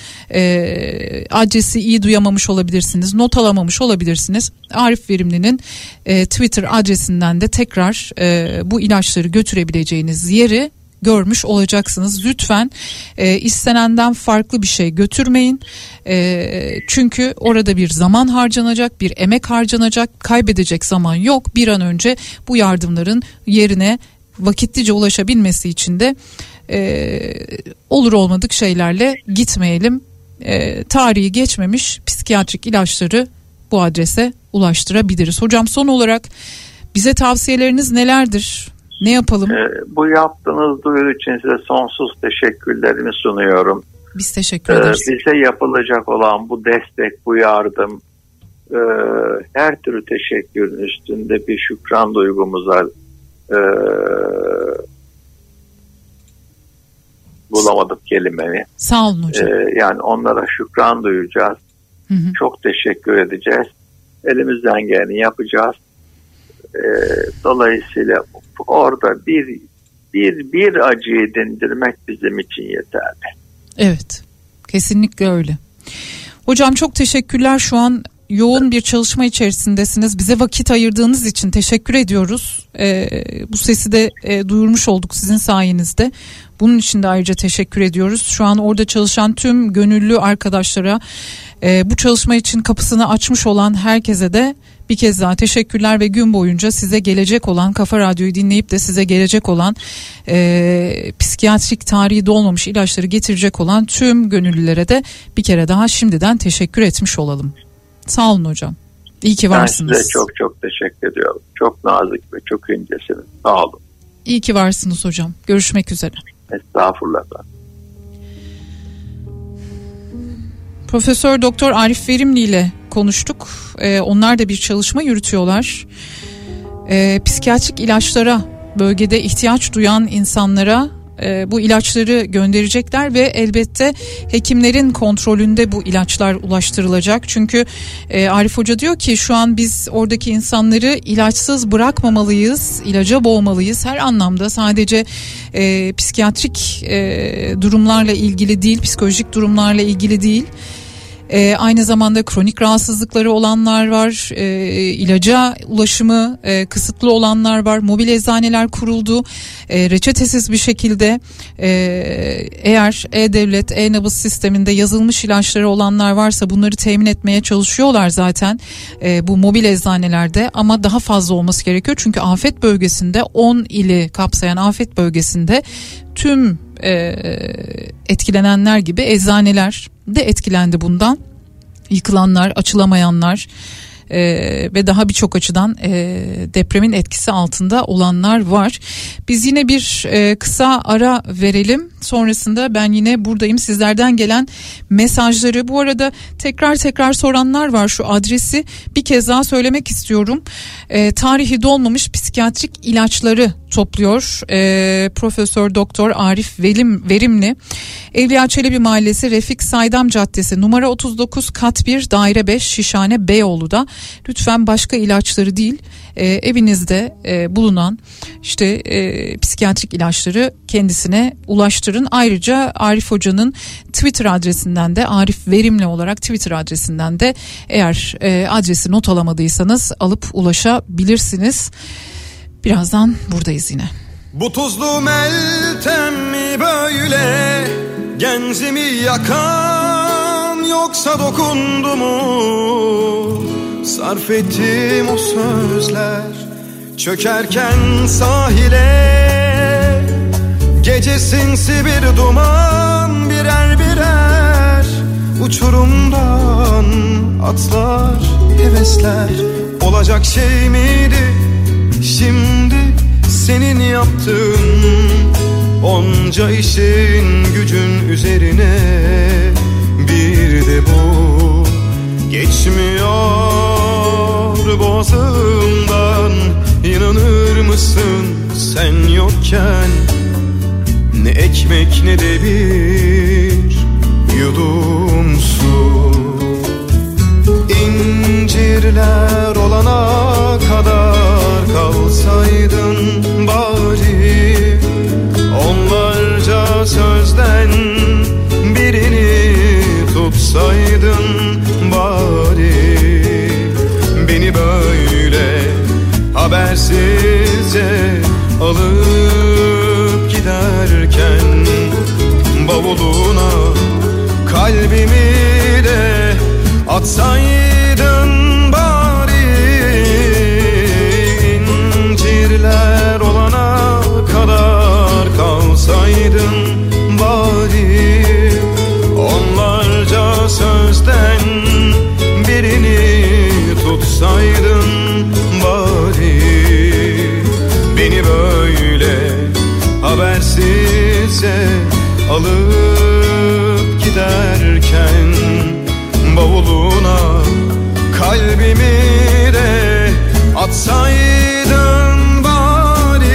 e, adresi iyi duyamamış olabilirsiniz, not alamamış olabilirsiniz. Arif Verimli'nin e, Twitter adresinden de tekrar e, bu ilaçları götürebileceğiniz yeri görmüş olacaksınız. Lütfen e, istenenden farklı bir şey götürmeyin. E, çünkü orada bir zaman harcanacak, bir emek harcanacak, kaybedecek zaman yok. Bir an önce bu yardımların yerine vakitlice ulaşabilmesi için de e, olur olmadık şeylerle gitmeyelim. E, tarihi geçmemiş psikiyatrik ilaçları bu adrese ulaştırabiliriz. Hocam, son olarak bize tavsiyeleriniz nelerdir? Ne yapalım? Ee, bu yaptığınız duyuru için size sonsuz teşekkürlerimi sunuyorum. Biz teşekkür ederiz. Ee, bize yapılacak olan bu destek, bu yardım, e, her türlü teşekkürün üstünde bir şükran duygumuza e, bulamadım kelimemi. Sağ olun hocam. Ee, yani onlara şükran duyacağız. Hı hı. Çok teşekkür edeceğiz. Elimizden geleni yapacağız. Ee, dolayısıyla orada bir bir bir acıyı dindirmek bizim için yeterli. Evet, kesinlikle öyle. Hocam çok teşekkürler. Şu an yoğun bir çalışma içerisindesiniz. Bize vakit ayırdığınız için teşekkür ediyoruz. Ee, bu sesi de e, duyurmuş olduk sizin sayenizde. Bunun için de ayrıca teşekkür ediyoruz. Şu an orada çalışan tüm gönüllü arkadaşlara, e, bu çalışma için kapısını açmış olan herkese de bir kez daha teşekkürler ve gün boyunca size gelecek olan, Kafa Radyo'yu dinleyip de size gelecek olan, e, psikiyatrik tarihi dolmamış ilaçları getirecek olan tüm gönüllülere de bir kere daha şimdiden teşekkür etmiş olalım. Sağ olun hocam. İyi ki varsınız. Ben size çok çok teşekkür ediyorum. Çok nazik ve çok incesiniz. Sağ olun. İyi ki varsınız hocam. Görüşmek üzere. Estağfurullah. Profesör Doktor Arif Verimli ile konuştuk. Ee, onlar da bir çalışma yürütüyorlar. Ee, psikiyatrik ilaçlara, bölgede ihtiyaç duyan insanlara e, bu ilaçları gönderecekler ve elbette hekimlerin kontrolünde bu ilaçlar ulaştırılacak. Çünkü e, Arif Hoca diyor ki şu an biz oradaki insanları ilaçsız bırakmamalıyız, ilaca boğmalıyız her anlamda. Sadece e, psikiyatrik e, durumlarla ilgili değil, psikolojik durumlarla ilgili değil. E, aynı zamanda kronik rahatsızlıkları olanlar var, e, ilaca ulaşımı e, kısıtlı olanlar var, mobil eczaneler kuruldu, e, reçetesiz bir şekilde e, eğer E-Devlet, E-Nabız sisteminde yazılmış ilaçları olanlar varsa bunları temin etmeye çalışıyorlar zaten e, bu mobil eczanelerde, ama daha fazla olması gerekiyor çünkü afet bölgesinde, on ili kapsayan afet bölgesinde tüm e, etkilenenler gibi eczaneler de etkilendi bundan. Yıkılanlar, açılamayanlar e, ve daha birçok açıdan e, depremin etkisi altında olanlar var. Biz yine bir e, kısa ara verelim. Sonrasında ben yine buradayım. Sizlerden gelen mesajları, bu arada tekrar tekrar soranlar var, şu adresi bir kez daha söylemek istiyorum. E, tarihi dolmamış psikiyatrik ilaçları topluyor e, Profesör Doktor Arif Velim, Verimli. Evliya Çelebi Mahallesi, Refik Saydam Caddesi, numara otuz dokuz, kat bir, daire beş, Şişhane, Beyoğlu'da. Lütfen başka ilaçları değil, e, evinizde e, bulunan işte e, psikiyatrik ilaçları kendisine ulaştırın. Ayrıca Arif Hoca'nın Twitter adresinden de, Arif Verimli olarak Twitter adresinden de eğer e, adresi not alamadıysanız alıp ulaşabilirsiniz. Birazdan buradayız yine. Bu tuzlu meltem mi böyle, genzimi yakan, yoksa dokundu mu? Sarf ettim o sözler çökerken sahile, gece sinsi bir duman, birer birer uçurumdan atlar hevesler. Olacak şey miydi şimdi senin yaptığın, onca işin gücün üzerine bir de bu geçmiyor boğazımdan. İnanır mısın sen yokken, ne ekmek ne de bir yudum su. İncirler olana kadar kalsaydın bari, onlarca sözden birini tutsaydın bari. Beni böyle habersizce alıp giderken, bavuluna kalbimi de atsaydın bari. İncirler olana kadar kalsaydın bari, onlarca sözden birini tutsaydın bari. Beni böyle habersizce alıp giderken, bavuluna kalbimi de atsaydın bari.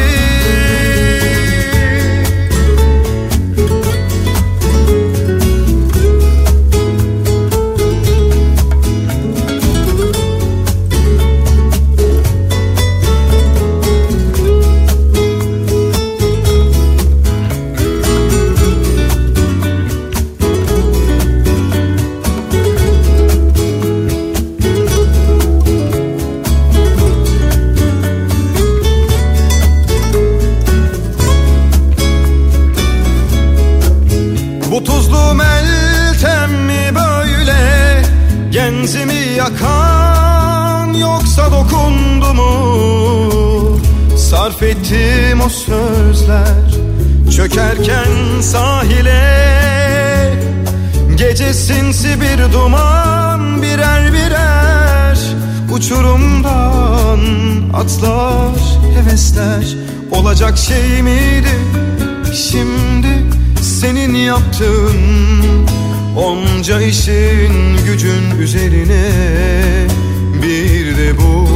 Bu tuzlu meltem mi böyle, genzimi yakan, yoksa dokundu mu? Sarf ettim o sözler çökerken sahile, gece sinsi bir duman, birer birer uçurumdan atlar hevesler. Olacak şey miydi şimdi senin yaptığın, onca işin gücün üzerine bir de bu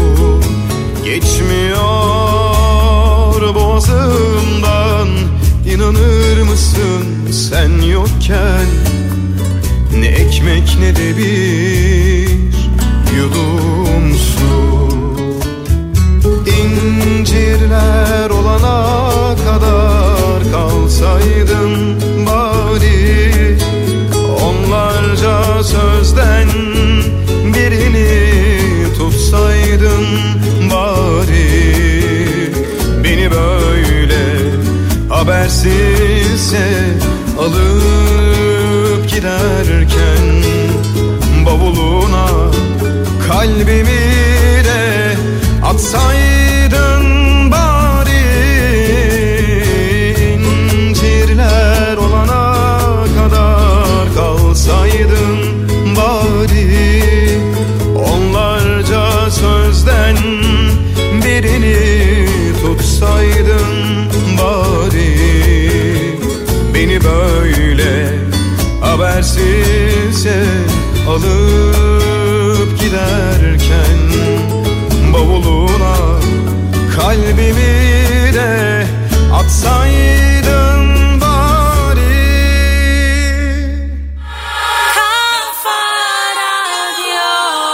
geçmiyor boğazımdan. İnanır mısın sen yokken, ne ekmek ne de bir yudum su. İncirler olana kadar kalsaydın bari, onlarca sözden birini tutsaydın bari. Beni böyle habersizce alıp giderken, bavuluna kalbimi de atsaydın bari. İncirler olana kadar kalsaydın bari, onlarca sözden birini tutsaydın bari. Beni giderken bavuluna kalbimi de atsaydın bari. Kafa Radyo.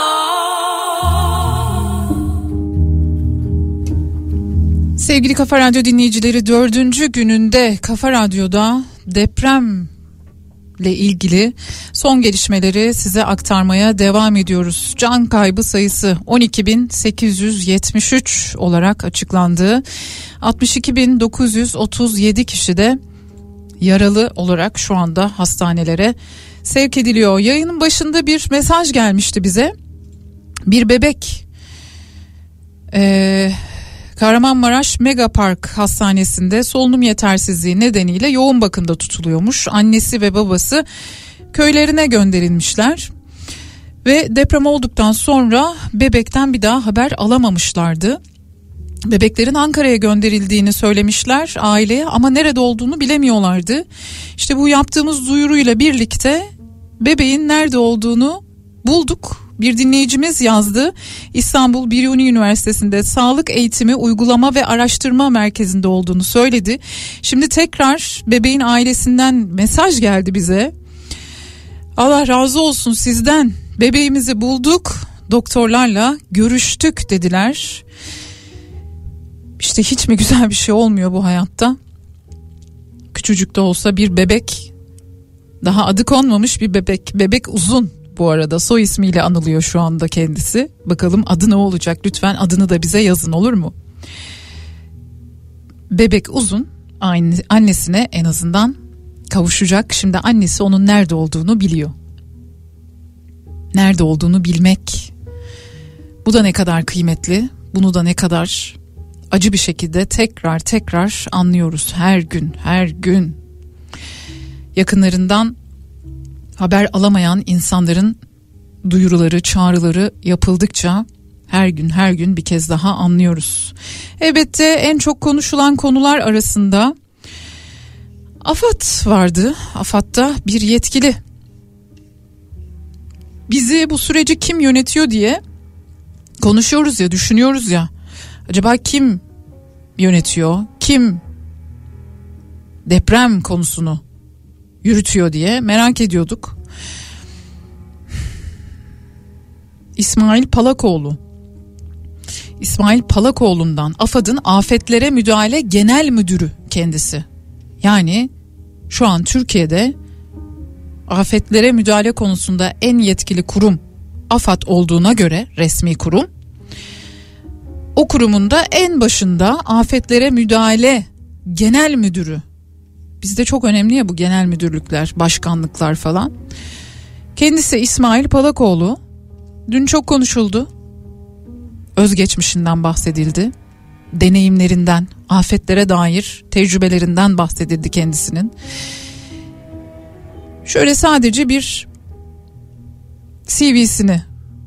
Sevgili Kafa Radyo dinleyicileri, dördüncü gününde Kafa Radyo'da depremle ilgili son gelişmeleri size aktarmaya devam ediyoruz. Can kaybı sayısı on iki bin sekiz yüz yetmiş üç olarak açıklandı. altmış iki bin dokuz yüz otuz yedi kişi de yaralı olarak şu anda hastanelere sevk ediliyor. Yayının başında bir mesaj gelmişti bize. Bir bebek Eee Kahramanmaraş Megapark Hastanesi'nde solunum yetersizliği nedeniyle yoğun bakımda tutuluyormuş. Annesi ve babası köylerine gönderilmişler ve deprem olduktan sonra bebekten bir daha haber alamamışlardı. Bebeklerin Ankara'ya gönderildiğini söylemişler aileye ama nerede olduğunu bilemiyorlardı. İşte bu yaptığımız duyuruyla birlikte bebeğin nerede olduğunu bulduk. Bir dinleyicimiz yazdı. İstanbul Biruni Üniversitesi'nde Sağlık Eğitimi Uygulama ve Araştırma Merkezi'nde olduğunu söyledi. Şimdi tekrar bebeğin ailesinden mesaj geldi bize. Allah razı olsun sizden. Bebeğimizi bulduk. Doktorlarla görüştük dediler. İşte hiç mi güzel bir şey olmuyor bu hayatta? Küçücük de olsa bir bebek, daha adı konmamış bir bebek. Bebek Uzun bu arada, soy ismiyle anılıyor şu anda kendisi. Bakalım adı ne olacak? Lütfen adını da bize yazın, olur mu? Bebek Uzun annesine en azından kavuşacak. Şimdi annesi onun nerede olduğunu biliyor. Nerede olduğunu bilmek, bu da ne kadar kıymetli, bunu da ne kadar acı bir şekilde tekrar tekrar anlıyoruz her gün her gün. Yakınlarından haber alamayan insanların duyuruları, çağrıları yapıldıkça her gün her gün bir kez daha anlıyoruz. Elbette en çok konuşulan konular arasında AFAD vardı. AFAD'da bir yetkili. Bizi, bu süreci kim yönetiyor diye konuşuyoruz ya, düşünüyoruz ya. Acaba kim yönetiyor? Kim deprem konusunu yürütüyor diye merak ediyorduk. İsmail Palakoğlu. İsmail Palakoğlu'ndan AFAD'ın Afetlere Müdahale Genel Müdürü kendisi. Yani şu an Türkiye'de afetlere müdahale konusunda en yetkili kurum AFAD olduğuna göre, resmi kurum, o kurumun da en başında Afetlere Müdahale Genel Müdürü. Bizde çok önemli ya bu genel müdürlükler, başkanlıklar falan. Kendisi İsmail Palakoğlu. Dün çok konuşuldu. Özgeçmişinden bahsedildi. Deneyimlerinden, afetlere dair tecrübelerinden bahsedildi kendisinin. Şöyle sadece bir C V'sini.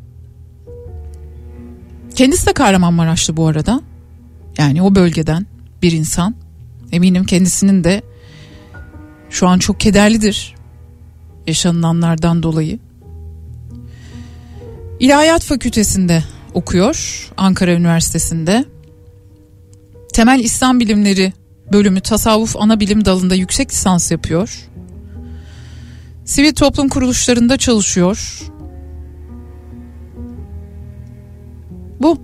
Kendisi de Kahramanmaraşlı bu arada. Yani o bölgeden bir insan. Eminim kendisinin de şu an çok kederlidir yaşanılanlardan dolayı. İlahiyat Fakültesi'nde okuyor, Ankara Üniversitesi'nde. Temel İslam Bilimleri bölümü tasavvuf ana bilim dalında yüksek lisans yapıyor. Sivil toplum kuruluşlarında çalışıyor. Bu.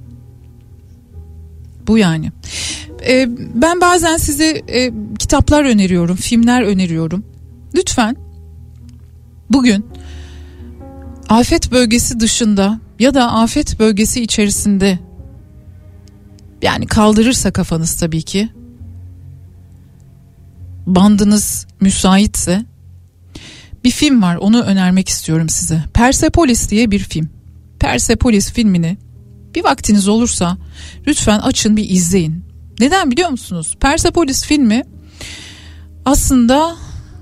Bu yani. Ee, ben bazen size e, kitaplar öneriyorum, filmler öneriyorum. Lütfen bugün afet bölgesi dışında ya da afet bölgesi içerisinde, yani kaldırırsa kafanız tabii ki, bandınız müsaitse, bir film var, onu önermek istiyorum size. Persepolis diye bir film. Persepolis filmini bir vaktiniz olursa lütfen açın, bir izleyin. Neden biliyor musunuz? Persepolis filmi aslında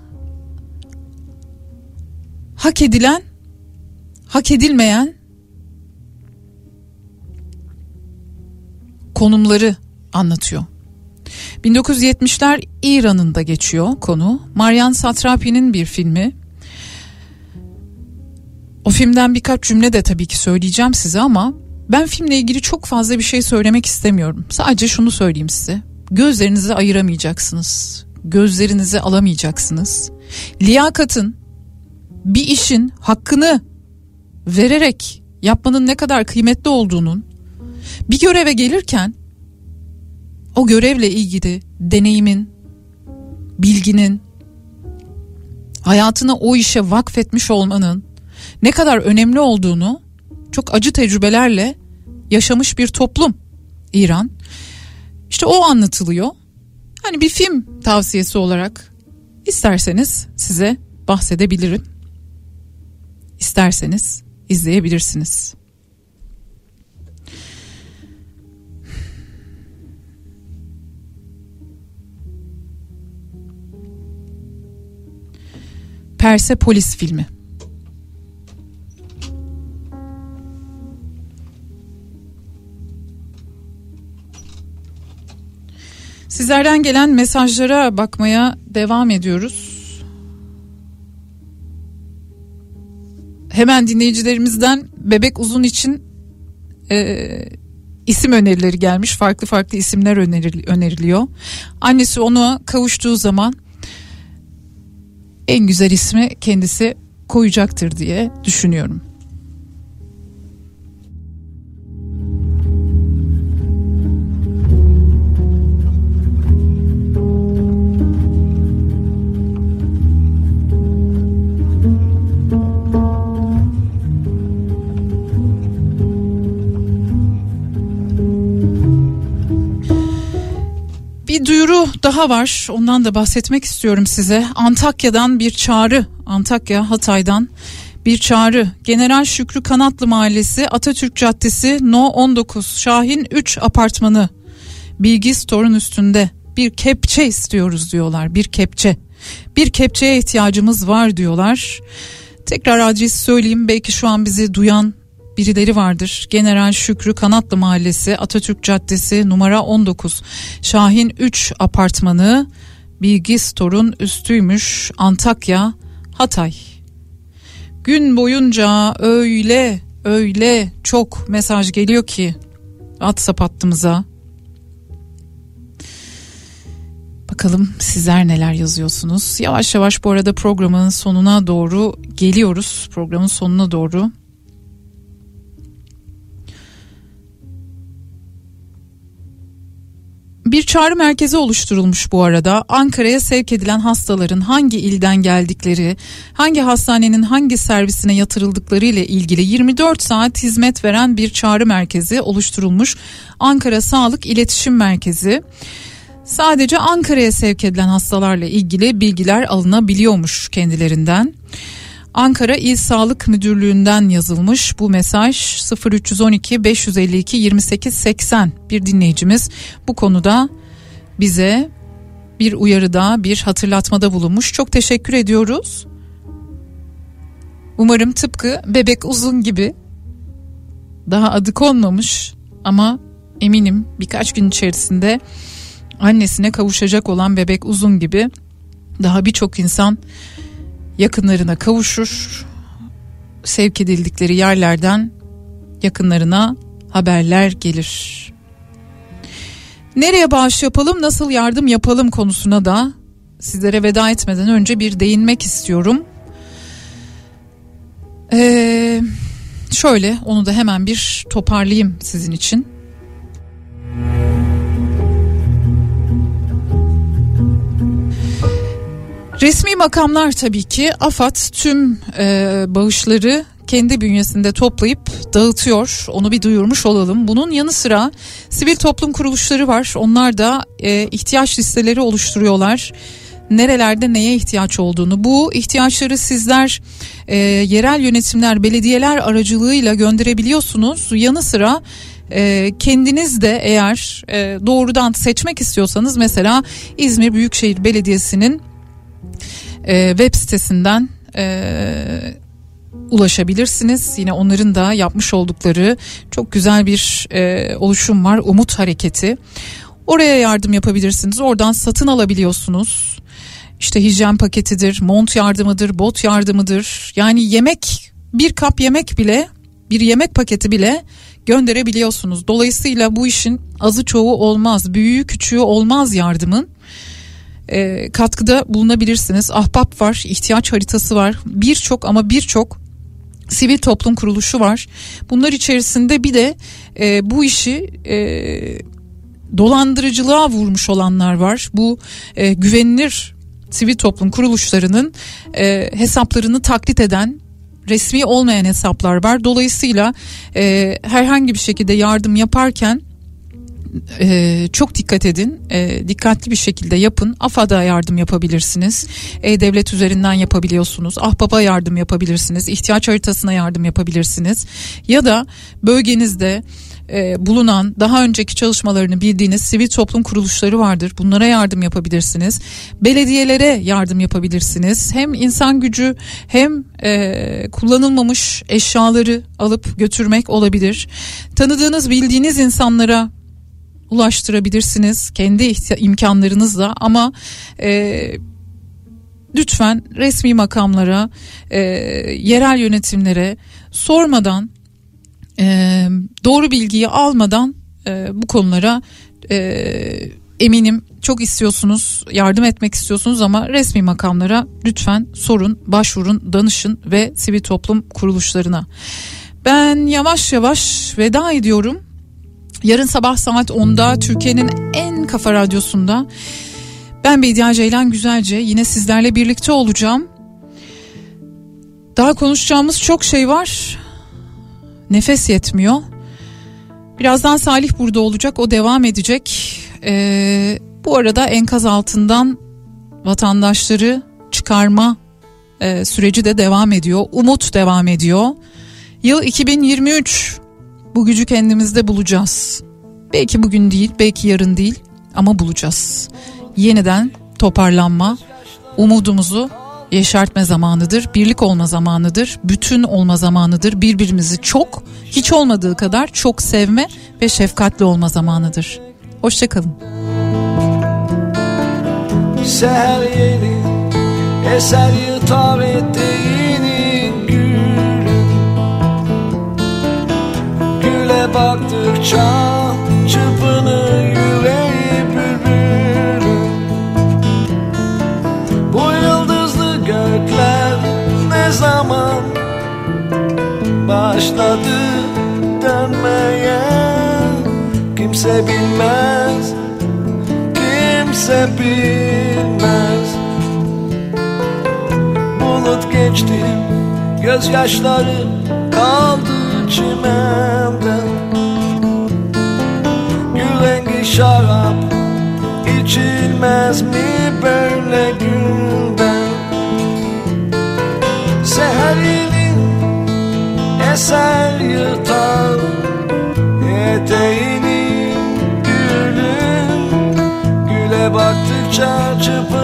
hak edilen, hak edilmeyen konumları anlatıyor. bin dokuz yüz yetmişler İran'ın da geçiyor konu. Maryan Satrapi'nin bir filmi. O filmden birkaç cümle de tabii ki söyleyeceğim size ama ben filmle ilgili çok fazla bir şey söylemek istemiyorum. Sadece şunu söyleyeyim size. Gözlerinizi ayıramayacaksınız. Gözlerinizi alamayacaksınız. Liyakatın, bir işin hakkını vererek yapmanın ne kadar kıymetli olduğunun, bir göreve gelirken o görevle ilgili deneyimin, bilginin, hayatını o işe vakfetmiş olmanın ne kadar önemli olduğunu çok acı tecrübelerle yaşamış bir toplum İran. İşte o anlatılıyor. Hani bir film tavsiyesi olarak isterseniz size bahsedebilirim. İsterseniz izleyebilirsiniz. Persepolis filmi. Sizlerden gelen mesajlara bakmaya devam ediyoruz. Hemen dinleyicilerimizden Bebek Uzun için e, isim önerileri gelmiş. Farklı farklı isimler öneriliyor. Annesi ona kavuştuğu zaman en güzel ismi kendisi koyacaktır diye düşünüyorum. Bir duyuru daha var, ondan da bahsetmek istiyorum size. Antakya'dan bir çağrı, Antakya Hatay'dan bir çağrı. General Şükrü Kanatlı Mahallesi, Atatürk Caddesi, No on dokuz, Şahin üç apartmanı, Bilgi Store'un üstünde bir kepçe istiyoruz diyorlar. Bir kepçe. Bir kepçeye ihtiyacımız var diyorlar. Tekrar adresi söyleyeyim, belki şu an bizi duyan birileri vardır. General Şükrü Kanatlı Mahallesi, Atatürk Caddesi, numara on dokuz, Şahin üç apartmanı, Bilgi Store'un üstüymüş, Antakya, Hatay. Gün boyunca öyle öyle çok mesaj geliyor ki WhatsApp hattımıza. Bakalım sizler neler yazıyorsunuz. Yavaş yavaş bu arada programın sonuna doğru geliyoruz. Programın sonuna doğru. Bir çağrı merkezi oluşturulmuş bu arada. Ankara'ya sevk edilen hastaların hangi ilden geldikleri, hangi hastanenin hangi servisine yatırıldıkları ile ilgili yirmi dört saat hizmet veren bir çağrı merkezi oluşturulmuş. Ankara Sağlık İletişim Merkezi. Sadece Ankara'ya sevk edilen hastalarla ilgili bilgiler alınabiliyormuş kendilerinden. Ankara İl Sağlık Müdürlüğü'nden yazılmış bu mesaj. Sıfır üç on iki beş yüz elli iki yirmi sekiz seksen bir dinleyicimiz bu konuda bize bir uyarıda, bir hatırlatmada bulunmuş. Çok teşekkür ediyoruz. Umarım tıpkı Bebek Uzun gibi, daha adı konmamış ama eminim birkaç gün içerisinde annesine kavuşacak olan Bebek Uzun gibi daha birçok insan yakınlarına kavuşur. Sevk edildikleri yerlerden yakınlarına haberler gelir. Nereye bağış yapalım, nasıl yardım yapalım konusuna da sizlere veda etmeden önce bir değinmek istiyorum. Ee, şöyle onu da hemen bir toparlayayım sizin için. Resmi makamlar tabii ki AFAD tüm e, bağışları kendi bünyesinde toplayıp dağıtıyor. Onu bir duyurmuş olalım. Bunun yanı sıra sivil toplum kuruluşları var. Onlar da e, ihtiyaç listeleri oluşturuyorlar. Nerelerde neye ihtiyaç olduğunu, bu ihtiyaçları sizler e, yerel yönetimler, belediyeler aracılığıyla gönderebiliyorsunuz. Yanı sıra e, kendiniz de eğer e, doğrudan seçmek istiyorsanız mesela İzmir Büyükşehir Belediyesi'nin e, web sitesinden e, ulaşabilirsiniz. Yine onların da yapmış oldukları çok güzel bir e, oluşum var, Umut Hareketi. Oraya yardım yapabilirsiniz. Oradan satın alabiliyorsunuz. İşte hijyen paketidir, mont yardımıdır, bot yardımıdır. Yani yemek bir kap yemek bile, bir yemek paketi bile gönderebiliyorsunuz. Dolayısıyla bu işin azı çoğu olmaz, büyüğü küçüğü olmaz yardımın. E, katkıda bulunabilirsiniz. Ahbap var, ihtiyaç haritası var. Birçok ama birçok sivil toplum kuruluşu var. Bunlar içerisinde bir de e, bu işi e, dolandırıcılığa vurmuş olanlar var. Bu e, güvenilir sivil toplum kuruluşlarının e, hesaplarını taklit eden, resmi olmayan hesaplar var. Dolayısıyla e, herhangi bir şekilde yardım yaparken e, çok dikkat edin. E, dikkatli bir şekilde yapın. AFAD'a yardım yapabilirsiniz. E-Devlet üzerinden yapabiliyorsunuz. Ahbap'a yardım yapabilirsiniz. İhtiyaç haritasına yardım yapabilirsiniz. Ya da bölgenizde e, bulunan daha önceki çalışmalarını bildiğiniz sivil toplum kuruluşları vardır. Bunlara yardım yapabilirsiniz. Belediyelere yardım yapabilirsiniz. Hem insan gücü hem e, kullanılmamış eşyaları alıp götürmek olabilir. Tanıdığınız, bildiğiniz insanlara ulaştırabilirsiniz kendi ihti- imkanlarınızla ama e, lütfen resmi makamlara, e, yerel yönetimlere sormadan, e, doğru bilgiyi almadan e, bu konulara e, eminim çok istiyorsunuz, yardım etmek istiyorsunuz ama resmi makamlara lütfen sorun, başvurun, danışın ve sivil toplum kuruluşlarına. Ben yavaş yavaş veda ediyorum. Yarın sabah saat onda Türkiye'nin en kafa radyosunda ben Bediye Ceylan Güzelce yine sizlerle birlikte olacağım. Daha konuşacağımız çok şey var. Nefes yetmiyor. Birazdan Salih burada olacak, o devam edecek. Ee, bu arada enkaz altından vatandaşları çıkarma e, süreci de devam ediyor. Umut devam ediyor. Yıl iki bin yirmi üç. Bu gücü kendimizde bulacağız. Belki bugün değil, belki yarın değil ama bulacağız. Yeniden toparlanma, umudumuzu yeşertme zamanıdır. Birlik olma zamanıdır. Bütün olma zamanıdır. Birbirimizi çok, hiç olmadığı kadar çok sevme ve şefkatli olma zamanıdır. Hoşçakalın. Seher yeni eser yıtar eteğini gül. Güle baktıkça çırpınır yüreği bülbülüm. Bu yıldızlı gökler ne zaman başladı dönmeye? Kimse bilmez, kimse bilmez. Bulut geçti, gözyaşları kaldı çimende. Gül rengi şarap içilmez mi böyle gülden? Seherinin eser yırtar eteğini gülün. Güle baktıkça çırpınır